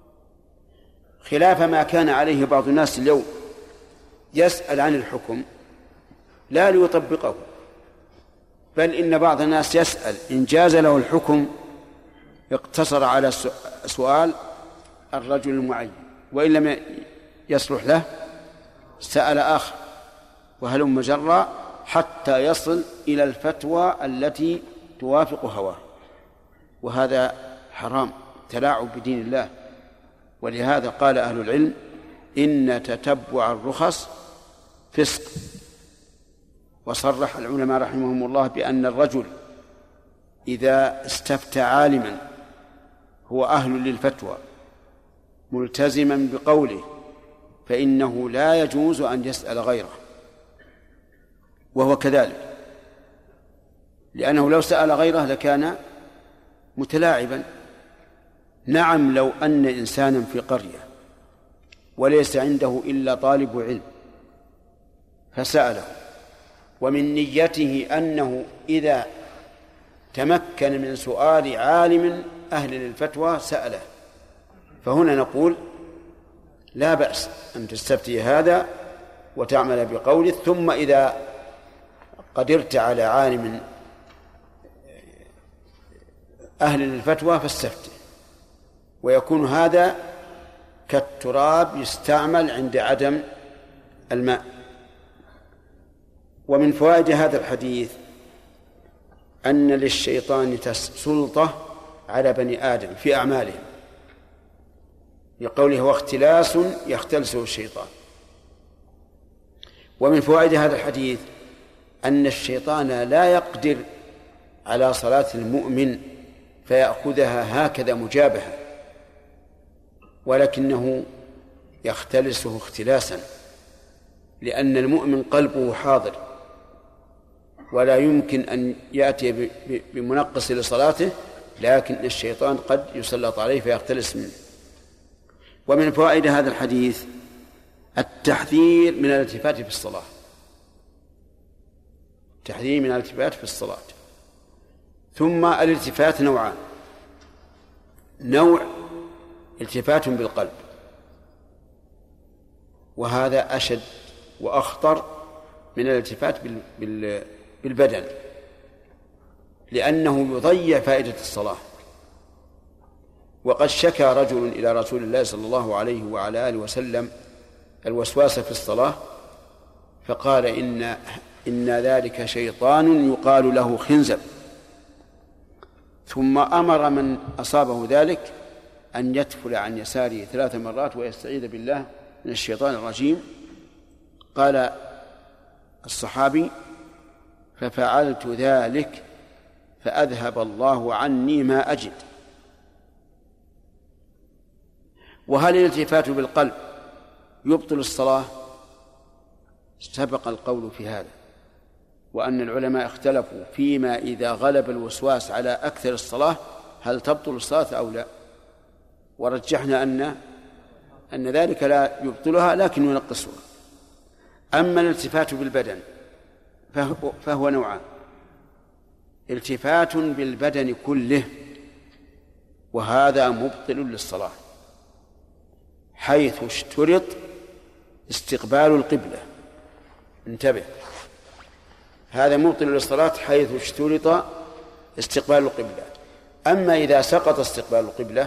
خلاف ما كان عليه بعض الناس اليوم، يسأل عن الحكم لا ليطبقه، بل إن بعض الناس يسأل إن جاز له الحكم اقتصر على سؤال الرجل المعين، وإن لم يصلح له سأل آخر، وهلم جرا حتى يصل إلى الفتوى التي توافق هواه، وهذا حرام تلاعب بدين الله. ولهذا قال أهل العلم إن تتبع الرخص فسق. وصرح العلماء رحمهم الله بأن الرجل إذا استفتى عالما هو أهل للفتوى ملتزما بقوله فإنه لا يجوز أن يسأل غيره، وهو كذلك، لأنه لو سأل غيره لكان متلاعبا. نعم لو أن إنسانا في قرية وليس عنده إلا طالب علم فسأله ومن نيته أنه إذا تمكن من سؤال عالم أهل للفتوى سأله، فهنا نقول لا بأس أن تستفتي هذا وتعمل بقوله، ثم إذا قدرت على عالم أهل للفتوى فاستفتي، ويكون هذا كالتراب يستعمل عند عدم الماء. ومن فوائد هذا الحديث أن للشيطان سلطة على بني آدم في أعمالهم، لقوله واختلاس يختلسه الشيطان. ومن فوائد هذا الحديث أن الشيطان لا يقدر على صلاة المؤمن فيأخذها هكذا مجابهة، ولكنه يختلسه اختلاسا، لأن المؤمن قلبه حاضر ولا يمكن أن يأتي بمنقص لصلاته، لكن الشيطان قد يسلط عليه فيختلس منه. ومن فوائد هذا الحديث التحذير من الالتفات في الصلاة، التحذير من الالتفات في الصلاة. ثم الالتفات نوعان: نوع التفات بالقلب، وهذا أشد وأخطر من الالتفات بالبدن، لأنه يضيع فائدة الصلاة. وقد شكى رجل إلى رسول الله صلى الله عليه وعلى آله وسلم الوسواس في الصلاة، فقال إن, إن ذلك شيطان يقال له خنزب. ثم أمر من أصابه ذلك أن يتفل عن يساره ثلاث مرات ويستعيذ بالله من الشيطان الرجيم. قال الصحابي: ففعلت ذلك فأذهب الله عني ما أجد. وهل الالتفات بالقلب يبطل الصلاة؟ سبق القول في هذا، وأن العلماء اختلفوا فيما إذا غلب الوسواس على أكثر الصلاة هل تبطل الصلاة أو لا، ورجحنا أن أن ذلك لا يبطلها لكن ينقصها. أما الالتفات بالبدن فهو, فهو نوعان: التفات بالبدن كله، وهذا مبطل للصلاة، حيث اشترط استقبال القبلة. انتبه، هذا مبطل للصلاة حيث اشترط استقبال القبلة. أما إذا سقط استقبال القبلة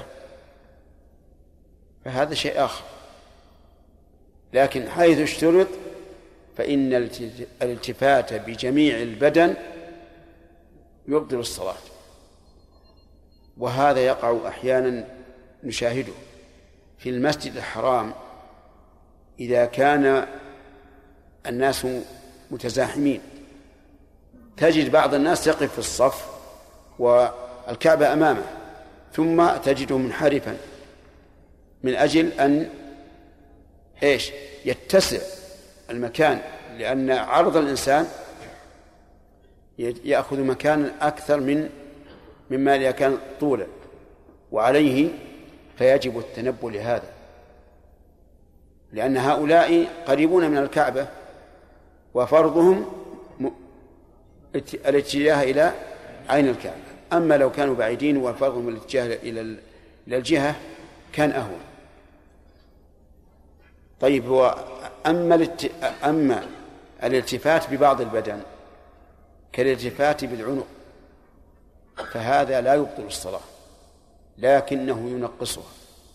فهذا شيء آخر، لكن حيث اشترط فإن الالتفات بجميع البدن يبطل الصلاة. وهذا يقع أحيانا نشاهده في المسجد الحرام إذا كان الناس متزاحمين، تجد بعض الناس يقف في الصف والكعبة أمامه، ثم تجده منحرفا من أجل أن إيش يتسع المكان، لأن عرض الإنسان يأخذ مكانا أكثر من مما إذا كان طولا، وعليه فيجب التنبه لهذا، لأن هؤلاء قريبون من الكعبة وفرضهم الاتجاه إلى عين الكعبة. أما لو كانوا بعيدين وفرضهم الاتجاه إلى الجهة كان أهون. طيب، هو أما, الات... أما الالتفات ببعض البدن كالالتفات بالعنق فهذا لا يبطل الصلاة لكنه ينقصها،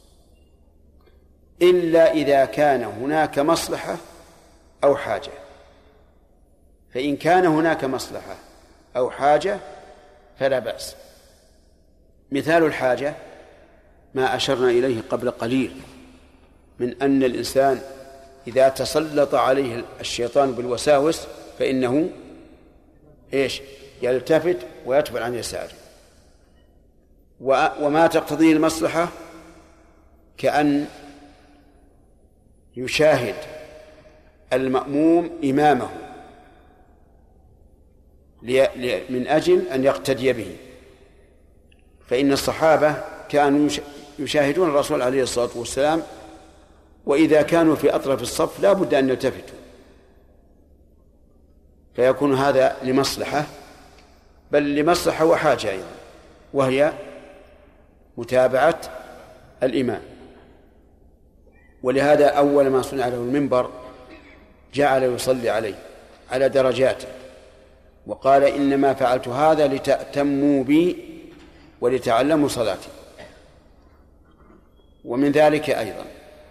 إلا إذا كان هناك مصلحة أو حاجة. فإن كان هناك مصلحة أو حاجة فلا بأس. مثال الحاجة ما أشرنا إليه قبل قليل من أن الإنسان إذا تسلط عليه الشيطان بالوساوس فإنه إيش يلتفت ويتبع عن يساره. وما تقتضيه المصلحة كأن يشاهد المأموم إمامه من أجل أن يقتدي به، فإن الصحابة كانوا يشاهدون الرسول عليه الصلاة والسلام، وإذا كانوا في أطراف الصف لا بد أن يلتفتوا، فيكون هذا لمصلحة، بل لمصلحة وحاجة أيضا، وهي متابعة الإمام. ولهذا أول ما صنع له المنبر جعل يصلي عليه على درجاته، وقال إنما فعلت هذا لتأتموا بي ولتعلموا صلاتي. ومن ذلك أيضا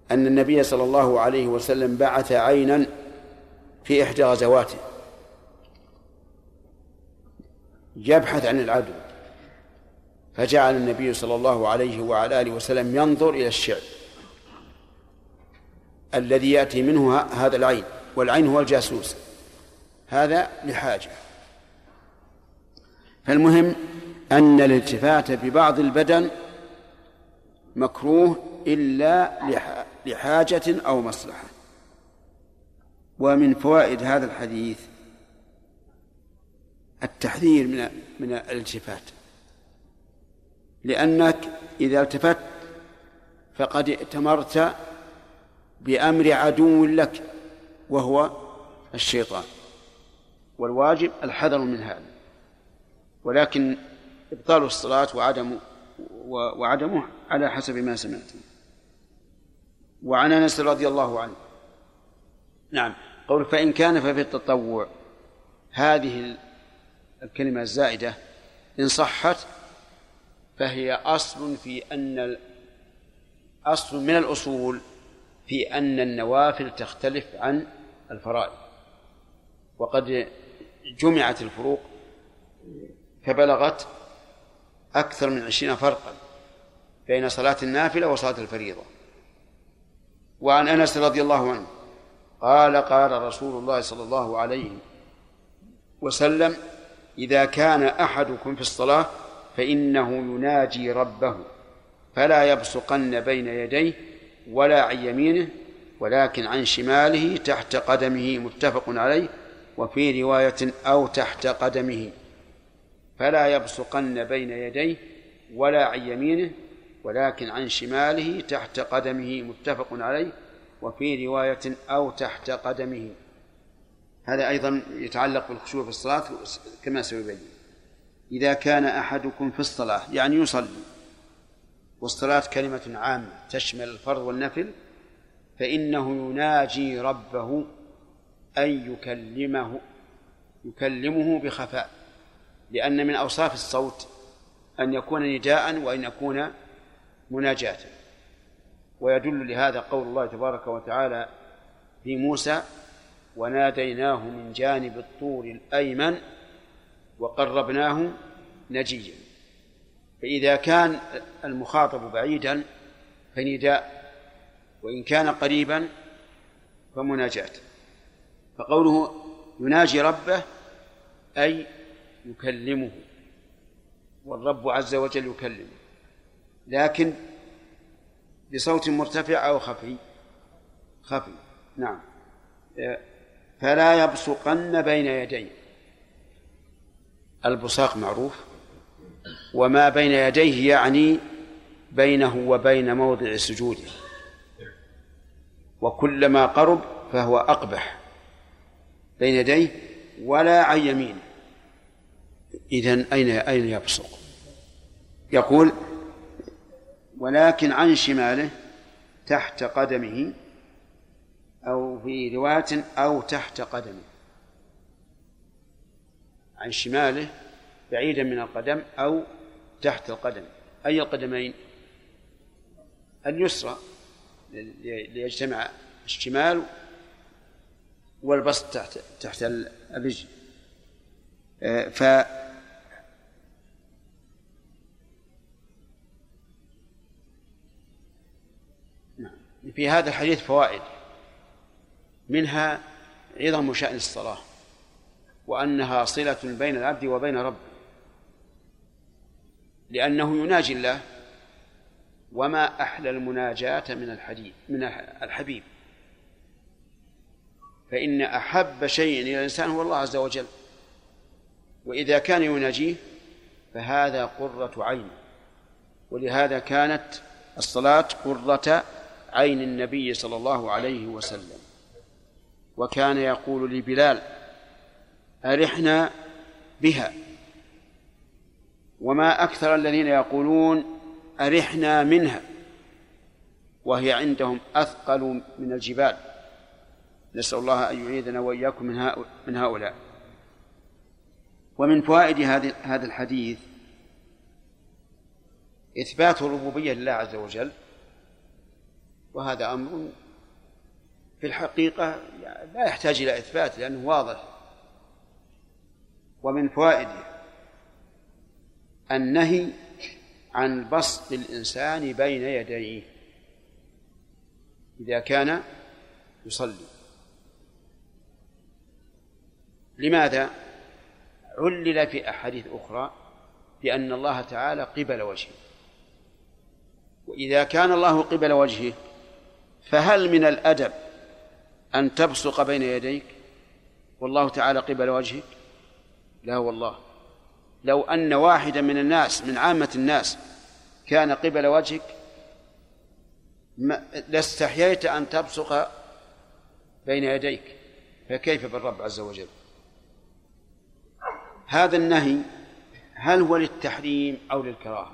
أن النبي صلى الله عليه وسلم بعث عينا في إحدى غزواته يبحث عن العدو، فجعل النبي صلى الله عليه وعلى آله وسلم ينظر إلى الشعب الذي يأتي منه هذا العين، والعين هو الجاسوس، هذا لحاجة. فالمهم أن الالتفات ببعض البدن مكروه إلا لحاجة أو مصلحة. ومن فوائد هذا الحديث التحذير من من الالتفات، لأنك إذا التفت فقد ائتمرت بأمر عدو لك وهو الشيطان، والواجب الحذر من هذا. ولكن إبطال الصلاة وعدم وعدمه على حسب ما سمعت. وعن أنس رضي الله عنه نعم قول فإن كان ففي التطوع، هذه الكلمة الزائدة إن صحت فهي أصل في أن أصل من الأصول في أن النوافل تختلف عن الفرائض، وقد جمعت الفروق فبلغت أكثر من عشرين فرقا بين صلاة النافلة وصلاة الفريضة. وعن أنس رضي الله عنه قال قال رسول الله صلى الله عليه وسلم إذا كان أحدكم في الصلاة فإنه يناجي ربه فلا يبصقن بين يديه ولا عن يمينه ولكن عن شماله تحت قدمه، متفق عليه. وفي رواية أو تحت قدمه، فلا يبصقن بين يديه ولا عن يمينه ولكن عن شماله تحت قدمه، متفق عليه. وفي رواية أو تحت قدمه. هذا أيضا يتعلق بالخشوع في الصلاة كما سيبين. إذا كان أحدكم في الصلاة يعني يصلي، والصلاة كلمة عامة تشمل الفرض والنفل، فإنه يناجي ربه أي يكلمه يكلمه بخفاء، لأن من أوصاف الصوت أن يكون نداء وأن يكون مناجاة. ويدل لهذا قول الله تبارك وتعالى في موسى وناديناه من جانب الطور الأيمن وقربناه نجيا. فإذا كان المخاطب بعيدا فنداء، وإن كان قريبا فمناجاة. فقوله يناجي ربه أي يكلمه، والرب عز وجل يكلمه، لكن بصوت مرتفع أو خفي خفي نعم. فلا يبصقن بين يديه، البصاق معروف، وما بين يديه يعني بينه وبين موضع سجوده، وكلما قرب فهو أقبح بين يديه ولا عن يمينه. إذن أين أين يبصق؟ يقول ولكن عن شماله تحت قدمه، أو في رواية أو تحت قدمه، عن شماله بعيدا من القدم أو تحت القدم. أي القدمين؟ اليسرى ليجتمع الشمال والبسط تحت تحت الرجل. ف في هذا الحديث فوائد، منها عظم شأن الصلاة، وأنها صلة بين العبد وبين ربه، لأنه يناجي الله، وما أحلى المناجاة من الحديث من الحبيب، فإن أحب شيء إلى الإنسان هو الله عز وجل، وإذا كان يناجيه فهذا قرة عين. ولهذا كانت الصلاة قرة عين النبي صلى الله عليه وسلم. وكان يقول لبلال أرحنا بها، وما أكثر الذين يقولون أرحنا منها، وهي عندهم أثقل من الجبال. نسأل الله أن يعيذنا وإياكم من هؤلاء. ومن فوائد هذا الحديث إثبات الربوبية لله عز وجل، وهذا أمر في الحقيقة لا يحتاج إلى إثبات لأنه واضح. ومن فوائده النهي عن بسط الإنسان بين يديه إذا كان يصلي. لماذا؟ علل في أحاديث أخرى بأن الله تعالى قبل وجهه، وإذا كان الله قبل وجهه فهل من الأدب أن تبصق بين يديك والله تعالى قبل وجهك؟ لا والله، لو أن واحدا من الناس من عامة الناس كان قبل وجهك لاستحييت أن تبصق بين يديك، فكيف بالرب عز وجل؟ هذا النهي هل هو للتحريم أو للكراهة؟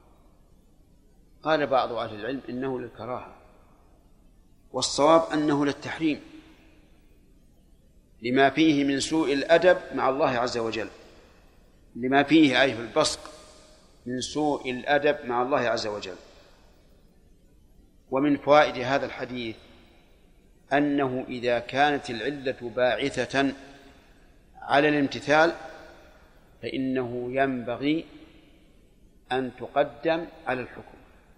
قال بعض أهل العلم إنه للكراهة، والصواب أنه للتحريم لما فيه من سوء الأدب مع الله عز وجل، لما فيه أي في البصق من سوء الأدب مع الله عز وجل. ومن فوائد هذا الحديث أنه إذا كانت العلة باعثة على الامتثال فإنه ينبغي أن تقدم على الحكم.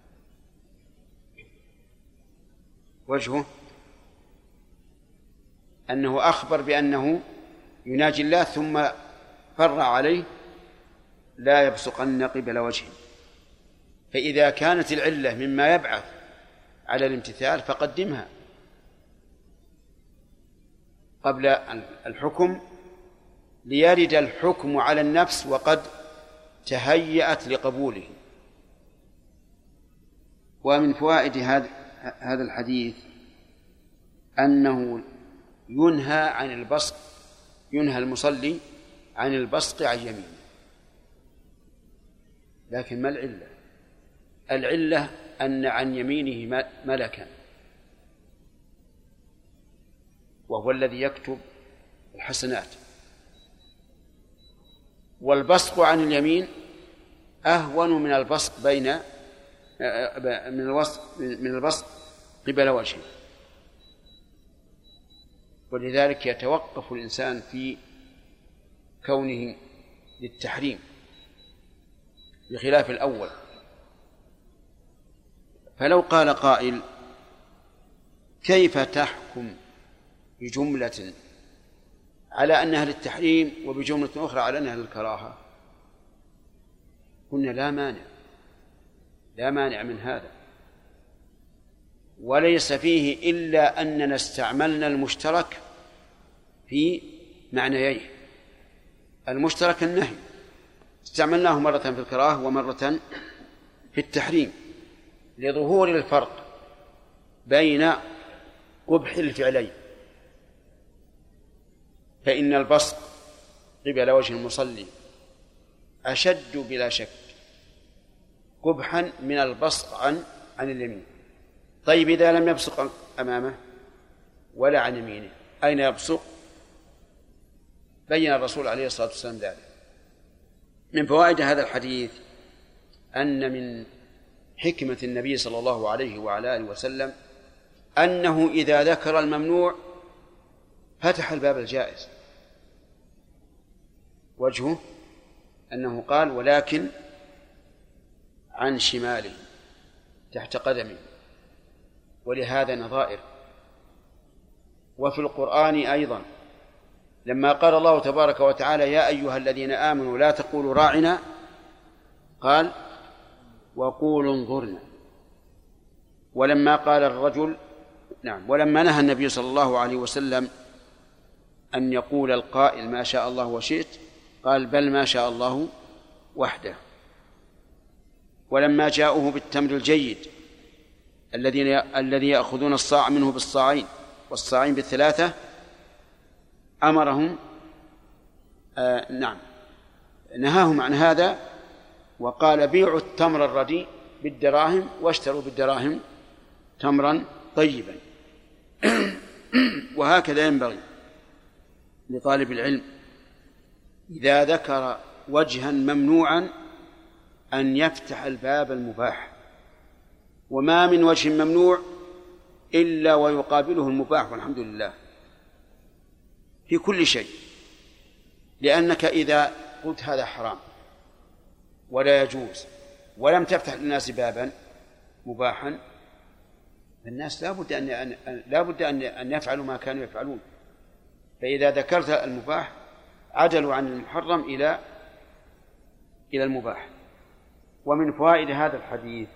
وجهه أنه أخبر بأنه يناجي الله ثم فرع عليه لا يبصقن قبل وجهه، فإذا كانت العلة مما يبعث على الامتثال فقدمها قبل الحكم ليرد الحكم على النفس وقد تهيأت لقبوله. ومن فوائد هذا الحديث أنه ينهى عن البصق، ينهى المصلي عن البصق عن يمينه. لكن ما العلة؟ العلة أن عن يمينه ملكا وهو الذي يكتب الحسنات، والبصق عن اليمين أهون من البصق بين من البصق من البصق قبل وجهه، ولذلك يتوقف الإنسان في كونه للتحريم بخلاف الأول. فلو قال قائل كيف تحكم بجملة على أنها للتحريم وبجملة أخرى على أنها للكراهة؟ قلنا لا مانع، لا مانع من هذا، وليس فيه إلا أننا استعملنا المشترك في معنييه. المشترك النهي استعملناه مرة في الكراهة ومرة في التحريم لظهور الفرق بين قبح الفعلين، فإن البصق قبل وجه المصلي أشد بلا شك قبحا من البصق عن عن اليمين. طيب إذا لم يبصق أمامه ولا عن يمينه أين يبصق؟ بين الرسول عليه الصلاة والسلام ذلك. من فوائد هذا الحديث أن من حكمة النبي صلى الله عليه وعلى آله وسلم أنه إذا ذكر الممنوع فتح الباب الجائز. وجهه أنه قال ولكن عن شماله تحت قدمه، ولهذا نظائر. وفي القرآن أيضا لما قال الله تبارك وتعالى يا أيها الذين آمنوا لا تقولوا راعنا قال وقولوا انظرنا. ولما قال الرجل نعم ولما نهى النبي صلى الله عليه وسلم أن يقول القائل ما شاء الله وشئت قال بل ما شاء الله وحده. ولما جاءوه بالتمر الجيد الذين الذي يأخذون الصاع منه بالصاعين والصاعين بالثلاثة أمرهم آه نعم نهاهم عن هذا وقال بيعوا التمر الرديء بالدراهم واشتروا بالدراهم تمرا طيبا. وهكذا ينبغي لطالب العلم إذا ذكر وجها ممنوعا أن يفتح الباب المباح، وما من وجه ممنوع إلا ويقابله المباح والحمد لله في كل شيء، لأنك إذا قلت هذا حرام ولا يجوز ولم تفتح للناس بابا مباحا فالناس لا بد أن لا بد أن يفعلوا ما كانوا يفعلون. فإذا ذكرت المباح عدلوا عن المحرم إلى إلى المباح. ومن فوائد هذا الحديث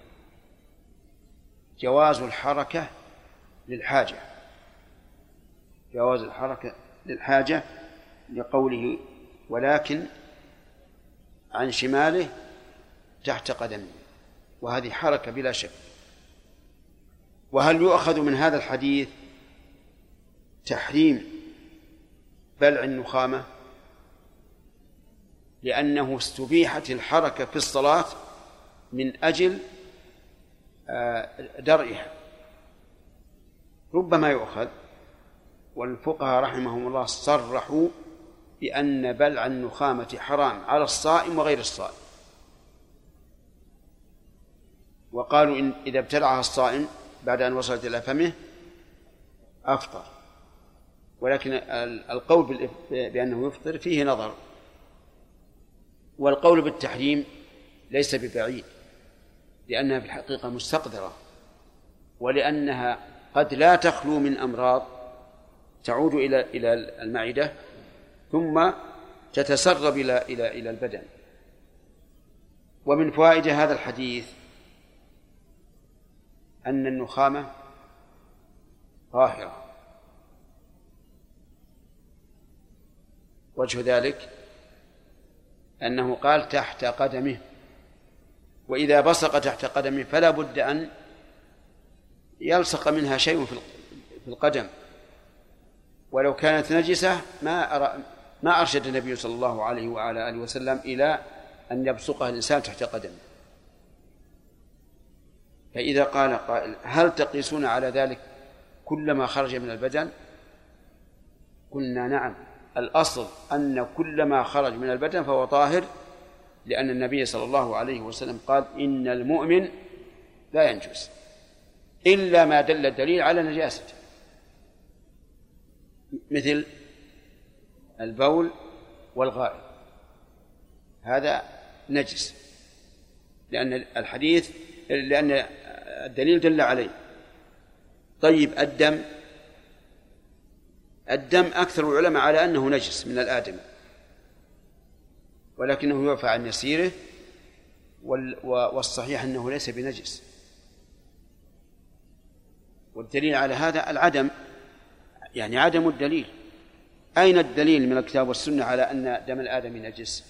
جواز الحركة للحاجة، جواز الحركة للحاجة لقوله ولكن عن شماله تحت قدمه، وهذه حركة بلا شك. وهل يؤخذ من هذا الحديث تحريم بلع النخامة؟ لأنه استبيحت الحركة في الصلاة من أجل درئها، ربما يؤخذ. والفقهاء رحمهم الله صرحوا بأن بلع النخامة حرام على الصائم وغير الصائم، وقالوا إن إذا ابتلعها الصائم بعد أن وصلت إلى فمه أفطر، ولكن القول بأنه يفطر فيه نظر. والقول بالتحريم ليس ببعيد، لأنها في الحقيقة مستقدرة، ولأنها قد لا تخلو من أمراض تعود إلى إلى المعدة ثم تتسرب إلى إلى إلى البدن. ومن فوائد هذا الحديث أن النخامة طاهرة. وجه ذلك أنه قال تحت قدمه، وإذا بصق تحت قدمه فلا بد أن يلصق منها شيء في القدم، ولو كانت نجسة ما أرى ما أرشد النبي صلى الله عليه وعلى آله وسلم إلى أن يبصقها الإنسان تحت قدمه. فإذا قال قائل هل تقيسون على ذلك كلما خرج من البدن؟ قلنا نعم، الأصل أن كلما خرج من البدن فهو طاهر، لأن النبي صلى الله عليه وسلم قال إن المؤمن لا ينجس إلا ما دل الدليل على نجاسته، مثل البول والغائط، هذا نجس لأن الحديث لأن الدليل دل عليه. طيب الدم، الدم أكثر العلماء على أنه نجس من الآدم، ولكنه يعفى عن يسيره، والصحيح أنه ليس بنجس. والدليل على هذا العدم، يعني عدم الدليل. أين الدليل من الكتاب والسنة على أن دم الآدم نجس؟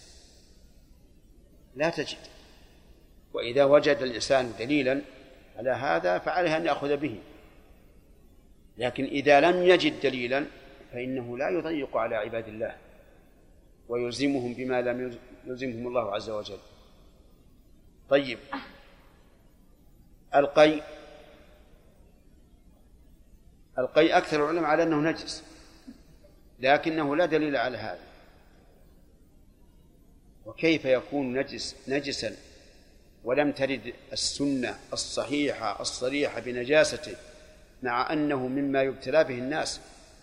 لا تجد. وإذا وجد الإنسان دليلا على هذا فعليه أن يأخذ به، لكن إذا لم يجد دليلا فإنه لا يضيق على عباد الله ويلزمهم بما لم يلزمهم الله عز وجل. طيب القي، القي أكثر العلماء على أنه نجس، لكنه لا دليل على هذا. وكيف يكون نجس نجسا ولم ترد السنة الصحيحة الصريحة بنجاسته، مع أنه مما يبتلى به الناس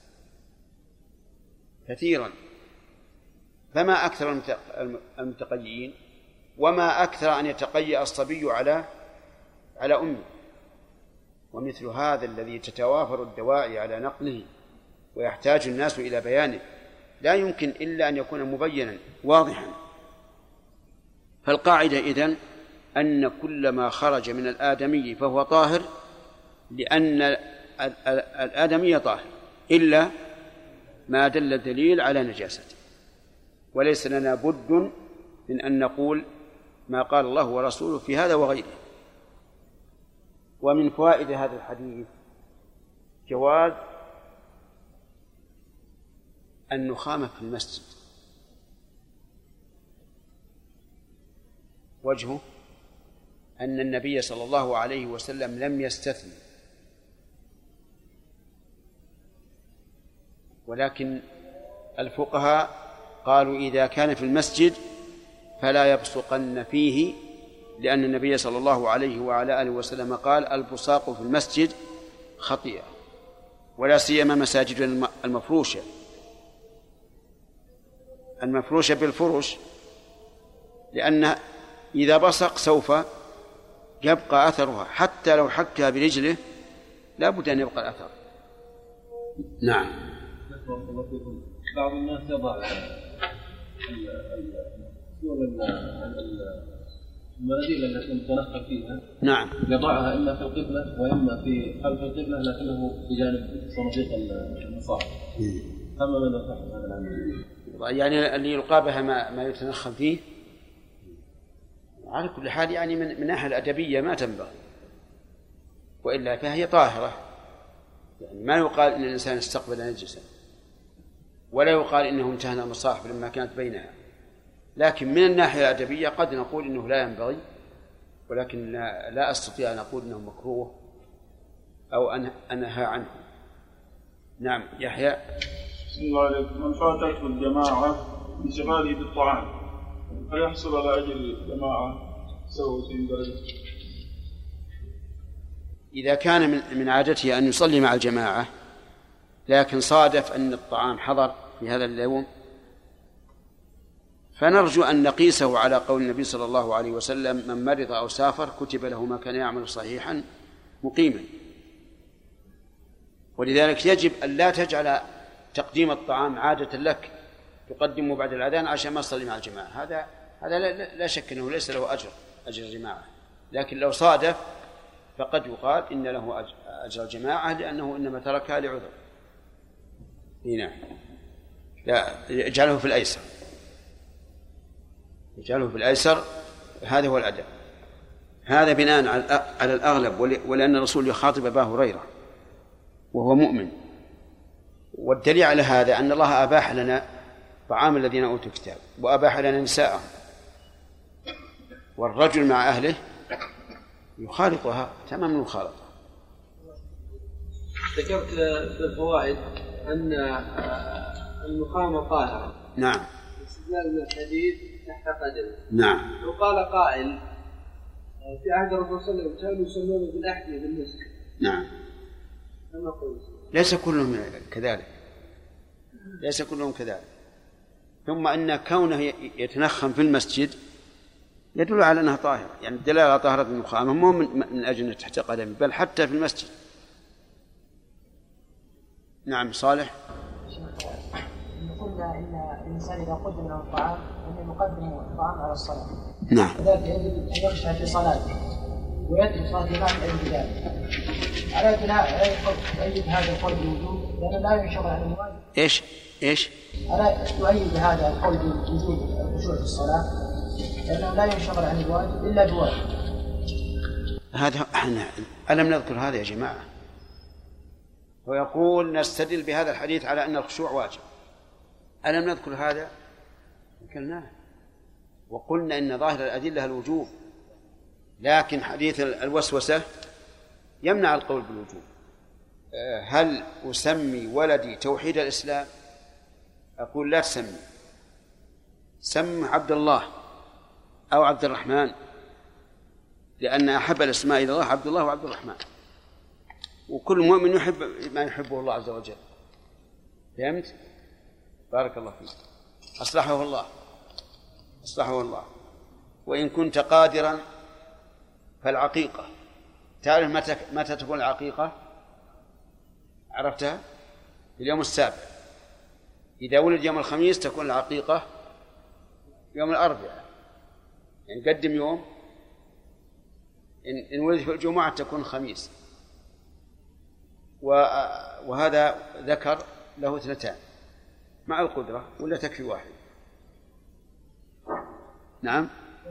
كثيرا؟ فما أكثر المتقيين، وما أكثر أن يتقيأ الصبي على على أمه. ومثل هذا الذي تتوافر الدواعي على نقله ويحتاج الناس إلى بيانه لا يمكن إلا أن يكون مبينا واضحا. فالقاعدة إذن أن كل ما خرج من الآدمي فهو طاهر، لأن الآدمي طاهر إلا ما دل الدليل على نجاسته، وليس لنا بد من أن نقول ما قال الله ورسوله في هذا وغيره. ومن فوائد هذا الحديث جواز النخامة في المسجد. وجهه أن النبي صلى الله عليه وسلم لم يستثني، ولكن الفقهاء قالوا إذا كان في المسجد فلا يبصقن فيه، لأن النبي صلى الله عليه وعلى آله وسلم قال البصاق في المسجد خطيئة، ولا سيما مساجد المفروشة المفروشة بالفرش، لأن إذا بصق سوف يبقى أثرها، حتى لو حكها برجله لا بد أن يبقى الأثر. نعم. بعض الناس يضع المناديل التي نتنقل فيها، نعم، يضعها إما في القبلة وإما في خلف القبلة، لكنه بجانب صناديق المصاحف. فما من يفعل هذا العمل؟ يعني اللي يلقى بها ما, ما يتنخل فيه. على كل حال يعني من من ناحية الأدبية ما تنبغي، وإلا فهي طاهرة، يعني ما يقال إن الإنسان استقبل نجسا، ولا يقال إنه انتهى المصاحف لما كانت بينها، لكن من الناحية الأدبية قد نقول إنه لا ينبغي، ولكن لا, لا أستطيع أن أقول إنه مكروه أو أن أنهى عنه. نعم. يحيى. بسم الله عليكم. من فاتته الجماعة بشغاله بالطعام هل يحصل على أجل الجماعة سوى في درجة؟ إذا كان من من عادته أن يصلي مع الجماعة، لكن صادف أن الطعام حضر في هذا اليوم، فنرجو أن نقيسه على قول النبي صلى الله عليه وسلم: من مرض أو سافر كتب له ما كان يعمل صحيحا مقيما. ولذلك يجب أن لا تجعل تقديم الطعام عادة لك تقدمه بعد الأذان عشان ما تصلي مع الجماعة. هذا هذا لا, لا شك أنه ليس له أجر أجر الجماعة، لكن لو صادف فقد يقال إن له أجر الجماعة لأنه إنما تركها لعذر. هنا لا، اجعله في الأيسر، اجعله في الأيسر، هذا هو الأدب. هذا بناء على الأغلب، ولأن الرسول يخاطب أبا هريرة وهو مؤمن. والدليل على هذا أن الله أباح لنا طعام الذين أوتوا الكتاب، وأباح لنا نساءهم، والرجل مع أهله يخالطها تمام المخالطة. ذكرت في الفوائد أن المقامة طاهرة. نعم. استدلال من الحديث تحت قدم. نعم. لو قال قائل في عهد الرسول صلى الله عليه وسلم كانوا يصلون بالأحذية بالمسك. نعم. كما قلت ليس كلهم كذلك، ليس كلهم كذلك. ثم أن كونه يتنخم في المسجد يدل على أنها طاهرة، يعني الدلالة على طهارة المخامة مو من أجل تحت قدمه، بل حتى في المسجد. نعم. صالح. قلنا إن الإنسان إذا قدم له الطعام أن يقدم الطعام على الصلاة. نعم. لذلك يجب أن يخشع في صلاته ويترك صلاة الإمام من أجل ذلك. على بناء يؤيد هذا القول بالوجوب لأنه لا ينشغل عن الواجب. إيش إيش؟ ألا يؤيد هذا القول بوجوب الخشوع في الصلاة لأنه لا ينشغل عن الواجب إلا بواجب. هذا احنا ألم نذكر هذا يا جماعة؟ ويقول نستدل بهذا الحديث على أن الخشوع واجب. ألم نذكر هذا؟ ذكرناه وقلنا إن ظاهر الأدلة الوجوب، لكن حديث الوسوسة يمنع القول بالوجوب. هل أسمي ولدي توحيد الإسلام؟ أقول لا تسمي، سم عبد الله أو عبد الرحمن، لأن أحب الأسماء إلى الله عبد الله وعبد الرحمن، وكل مؤمن يحب ما يحبه الله عز وجل. فهمت؟ بارك الله فيك. أصلحه الله، أصلحه الله. وإن كنت قادرا فالعقيقة، تعرف متى متى تكون العقيقة؟ عرفتها؟ في اليوم السابع. إذا ولد يوم الخميس تكون العقيقة يوم الأربعاء، يعني قدم يوم. إن ولد في الجمعة تكون خميس. وهذا ذكر له اثنتان مع القدرة، ولا تكفي واحد؟ نعم.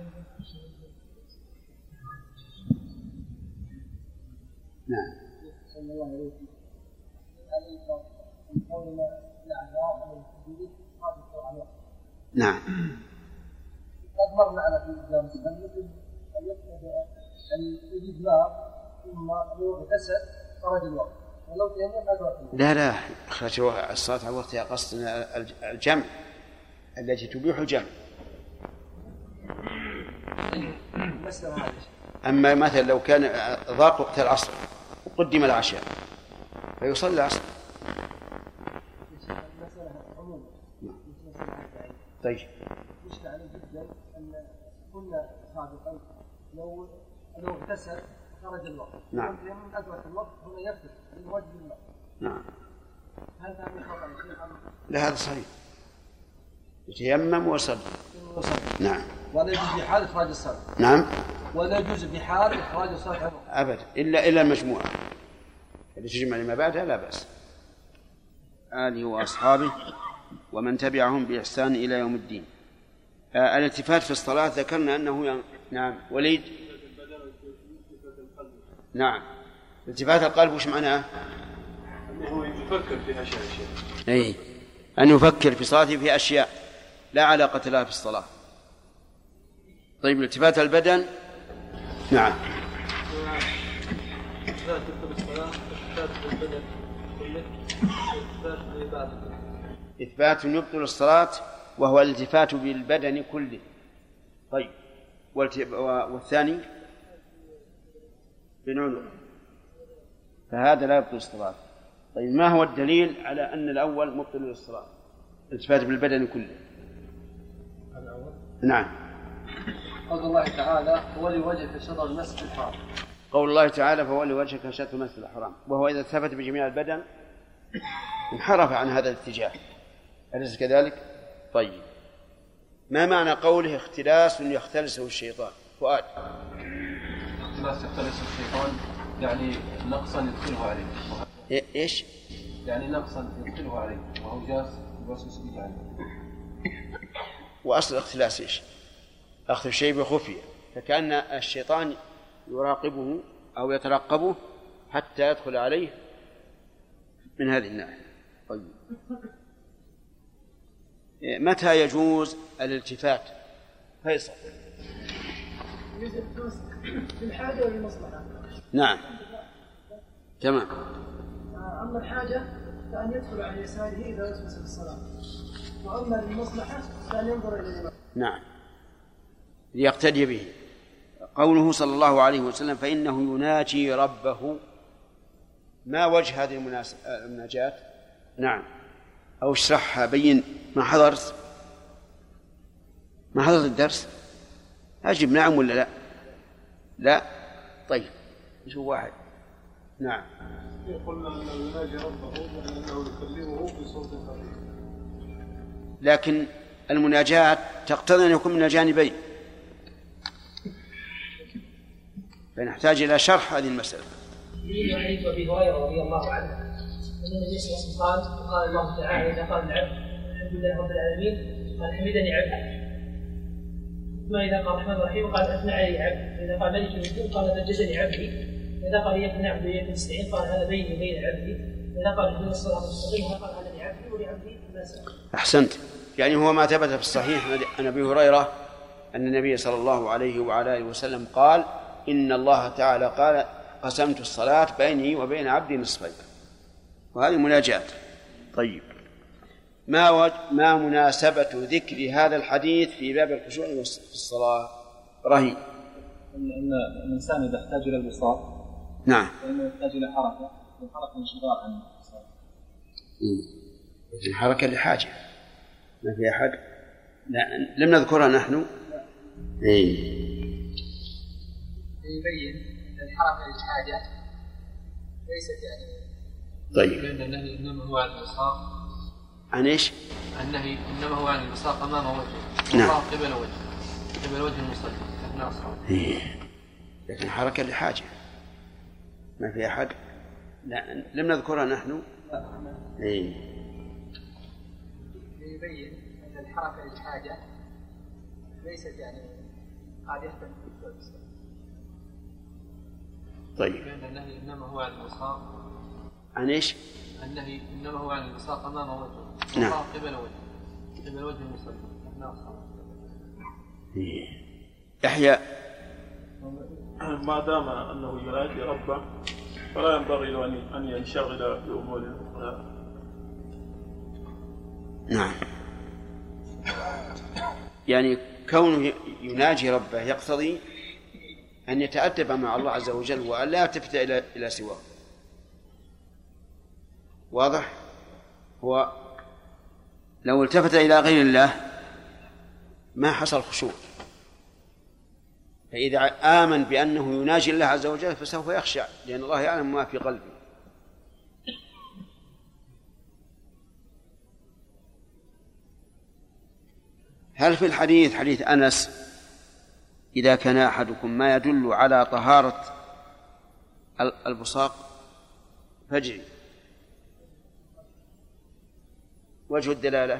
نعم. نعم. قد مرنا على في الإسلام يجب أن يقصد أن يجيب نار ثم يغتسل خرج الوقت، ولو كان هذا لا لا خرج الصلاة على وقتها، قصدنا الجمع التي تبيح الجمع. أما مثلا لو كان ضاق وقت العصر وقدم العشاء فيصلي العصر. طيب. يشكل عليه جدا أن كنا سابقا لو لو اغتسل خرج الوقت. نعم. من أدرك الوقت هنا يغتسل من وجه الماء. نعم. هل هذا خطأ؟ لا هذا صحيح. يتيمم وصلي. نعم. ولا يجوز بحال إخراج الصلاة. نعم. ولا يجوز بحال إخراج الصلاة أبدا إلا إلا المجموعة اللي تجمع لما بعدها لا بأس. آله وأصحابه ومن تبعهم بإحسان إلى يوم الدين. آه الالتفات في الصلاة ذكرنا أنه ي... نعم وليد. نعم. التفات القلب وش معناه؟ أنه يفكر في أشياء. أي أن يفكر في صلاته في أشياء لا علاقة لها في الصلاة. طيب التفات البدن. نعم. إثبات يبطل الصلاة وهو الالتفات بالبدن كله. طيب والثاني بالعنق فهذا لا يبطل الصلاة. طيب ما هو الدليل على أن الأول مبطل للصلاة الالتفات بالبدن كله؟ الأول نعم. قول الله تعالى فولي وجهك شطر المسجد الحرام. قول الله تعالى فولي وجهك شطر المسجد الحرام وهو إذا التفت بجميع البدن انحرف عن هذا الاتجاه أليس كذلك؟ طيب ما معنى قوله اختلاس يختلسه الشيطان؟ فؤاد. اختلاس يختلسه الشيطان يعني نقصا يدخله عليه. إيش؟ يعني نقصا يدخله عليه وهو جالس يوسوس به عليه. وأصل الاختلاس إيش؟ أخذ الشيء بخفية فكأن الشيطان يراقبه أو يترقبه حتى يدخل عليه من هذه الناحية. طيب متى يجوز الالتفات؟ فيصل. في الحاجة والمصلحة. نعم تمام. أما الحاجة فأن يدخل على يساره إذا وسوس في الصلاة وأما المصلحة فأن ينظر إلى الإمام. نعم ليقتدي به. قوله صلى الله عليه وسلم فإنه يناجي ربه ما وجه هذه المناجاة؟ نعم أو اشرحها بين. ما حضرت ما حضرت الدرس؟ أجب نعم ولا لا؟ لا. طيب نشوف واحد. نعم. قلنا أنه يناجي ربه لأنه يكلمه بصوت خفيف لكن المناجاة تقتضي أن يكون من الجانبين فنحتاج إلى شرح هذه المسألة. في حديث أبي هريرة رضي الله عنه أن النبي صلى الله عليه وسلم قال قال الله تعالى إذا قال العبد الحمد لله رب العالمين قال حمدني عبدي ثم إذا قال الرحمن الرحيم قال أثنى علي عبدي إذا قال ملك يوم الدين قال مجدني عبدي إذا قال إياك نعبد وإياك نستعين قال هذا بيني وبين عبدي إذا قال اهدنا الصراط المستقيم قال هذا لعبدي ولعبدي ما سأل. أحسنت. يعني هو ما ثبت في الصحيح عن أبي هريرة أن النبي صلى الله عليه وعلى آله وسلم قال إن الله تعالى قال قسمت الصلاة بيني وبين عبدي نصفين وهذه مناجاة. طيب ما وج... ما مناسبة ذكر هذا الحديث في باب الخشوع في الصلاة؟ رهي. أن الإنسان إذا احتاج إلى الوساط نعم فإنه يحتاج إلى حركة والحركة انشغال عن الصلاة. الحركة لحاجة ما فيها حاجة. لا لم نذكرها نحن. إيه. يبين الحركة للحاجة ليست يعني. طيب. لأن النهي إنما هو عن الوساط. عن إيش؟ النهي إنما هو عن الوساط أمام وجهه. نعم. قبل وجهه قبل وجه المصلي أثناء الصلاة. إيه. لكن حركة لحاجة ما فيها حاجة. لا لم نذكرها نحن. إيه. يبين أن الحركة للحاجة ليست يعني قد يحتمل في الوسط. طيب. لأن النهي إنما هو عن الوساط. عن إيش؟ النهي إنما هو عن الوساط أمام وجهه. نعم. قبل وجهه قبل وجه المصلي أثناء الصلاة. إيه. يحيى. ما دام أنه يناجي ربه فلا ينبغي له أن ينشغل بأمور أخرى. نعم. يعني كونه يناجي ربه يقتضي أن يتأدب مع الله عز وجل وأن لا يلتفت إلى إلى سواه. واضح؟ هو لو التفت إلى غير الله ما حصل خشوع، فإذا آمن بأنه يناجي الله عز وجل فسوف يخشع، لأن الله يعلم ما في قلبه. هل في الحديث حديث أنس إذا كان أحدكم ما يدل على طهارة البصاق فاجعل؟ وجه الدلالة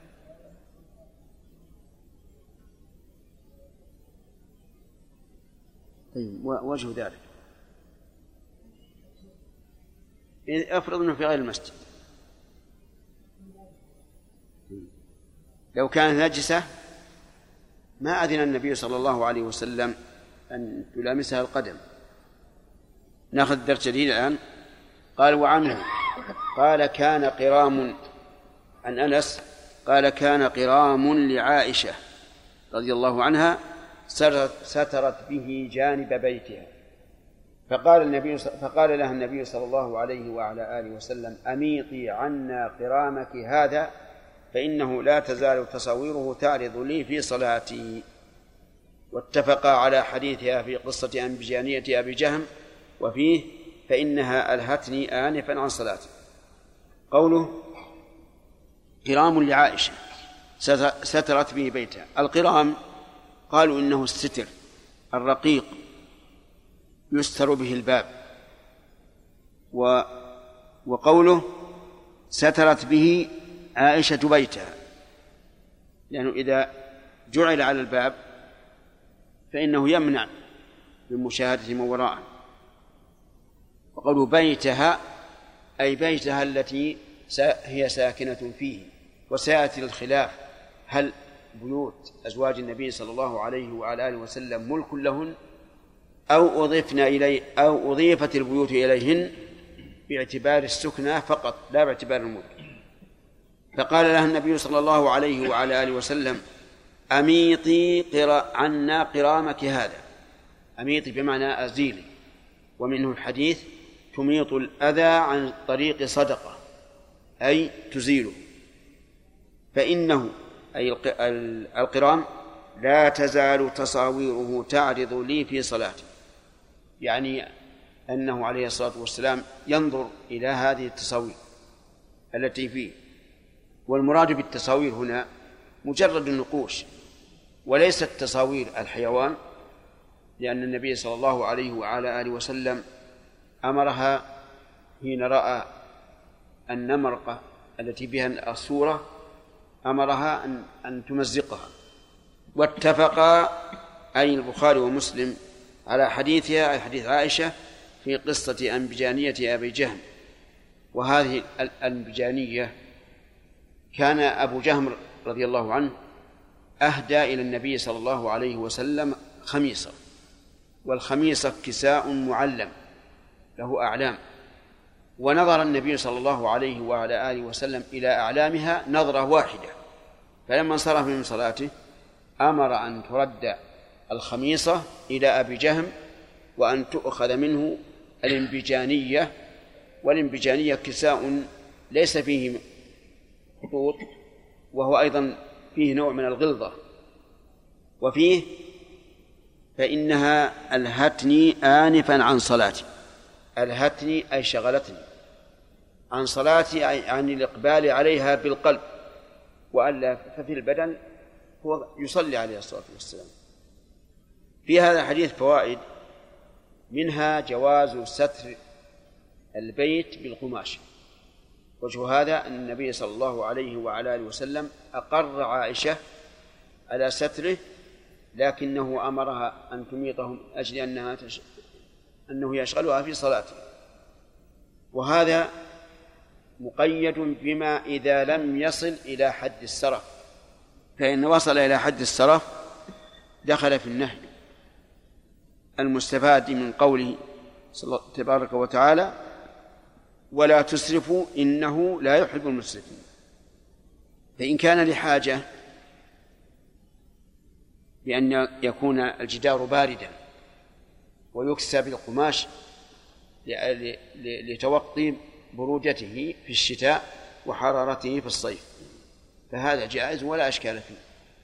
طيب وجه ذلك أفرض أنه في غير المسجد، لو كانت نجسة ما أذن النبي صلى الله عليه وسلم أن تلامسها القدم. نأخذ درس جديد الآن. قال وعنه قال كان قرام، عن أنس قال كان قرام لعائشة رضي الله عنها سترت به جانب بيتها، فقال النبي فقال لها النبي صلى الله عليه وعلى آله وسلم أميطي عنا قرامك هذا فإنه لا تزال تصاويره تعرض لي في صلاتي. واتفقا على حديثها في قصة أنبجانية أبي جهم وفيه فإنها ألهتني آنفا عن صلاتي. قوله قرام لعائشة سترت به بيتها، القرام قالوا إنه الستر الرقيق يستر به الباب، و وقوله سترت به عائشة بيتها لأنه إذا جعل على الباب فإنه يمنع من مشاهدة ما وراءه. وقوله بيتها أي بيتها التي هي ساكنة فيه. وسيأتي الخلاف هل بيوت أزواج النبي صلى الله عليه وعلى آله وسلم ملك لهن أو أضيفنا إليه أو أضيفت البيوت إليهن باعتبار السكنة فقط لا باعتبار الملك. فقال لها النبي صلى الله عليه وعلى آله وسلم أميطي قرا عنا قرامك هذا، أميطي بمعنى أزيلي، ومنه الحديث تميط الأذى عن طريق صدقة أي تزيله، فإنه أي القرام لا تزال تصاويره تعرض لي في صلاتي، يعني أنه عليه الصلاة والسلام ينظر إلى هذه التصاوير التي فيه. والمراد بالتصاوير هنا مجرد النقوش وليست تصاوير الحيوان، لأن النبي صلى الله عليه وعلى آله وسلم أمرها حين رأى النمرقة التي بها الصورة أمرها أن, أن تمزقها. واتفقا أي البخاري ومسلم على حديثها أي حديث عائشة في قصة أنبجانية أبي جهم. وهذه الأنبجانية كان أبو جهم رضي الله عنه أهدى إلى النبي صلى الله عليه وسلم خميصة، والخميصة كساء معلم له أعلام، ونظر النبي صلى الله عليه وعلى آله وسلم إلى أعلامها نظرة واحدة، فلما انصرف من صلاته أمر أن ترد الخميصة إلى أبي جهم وأن تؤخذ منه الانبجانية. والانبجانية كساء ليس فيه خطوط، وهو أيضا فيه نوع من الغلظة. وفيه فإنها ألهتني آنفا عن صلاتي، ألهتني أي شغلتني عن صلاتي أي عن الإقبال عليها بالقلب، وألا ففي البدن هو يصلي عليه الصلاة والسلام. في هذا الحديث فوائد، منها جواز ستر البيت بالقماش. وجه هذا أن النبي صلى الله عليه وعلى آله وسلم أقر عائشة على ستره، لكنه أمرها أن تميطهم أجل أنها تش... أنه يشغلها في صلاته. وهذا مقيد بما إذا لم يصل إلى حد السرف، فإن وصل إلى حد السرف دخل في النهي المستفاد من قوله تبارك وتعالى ولا تسرفوا إنه لا يحب المسرفين. فإن كان لحاجة بأن يكون الجدار باردا ويكسى بالقماش لتوقي برودته في الشتاء وحرارته في الصيف، فهذا جائز ولا أشكال فيه.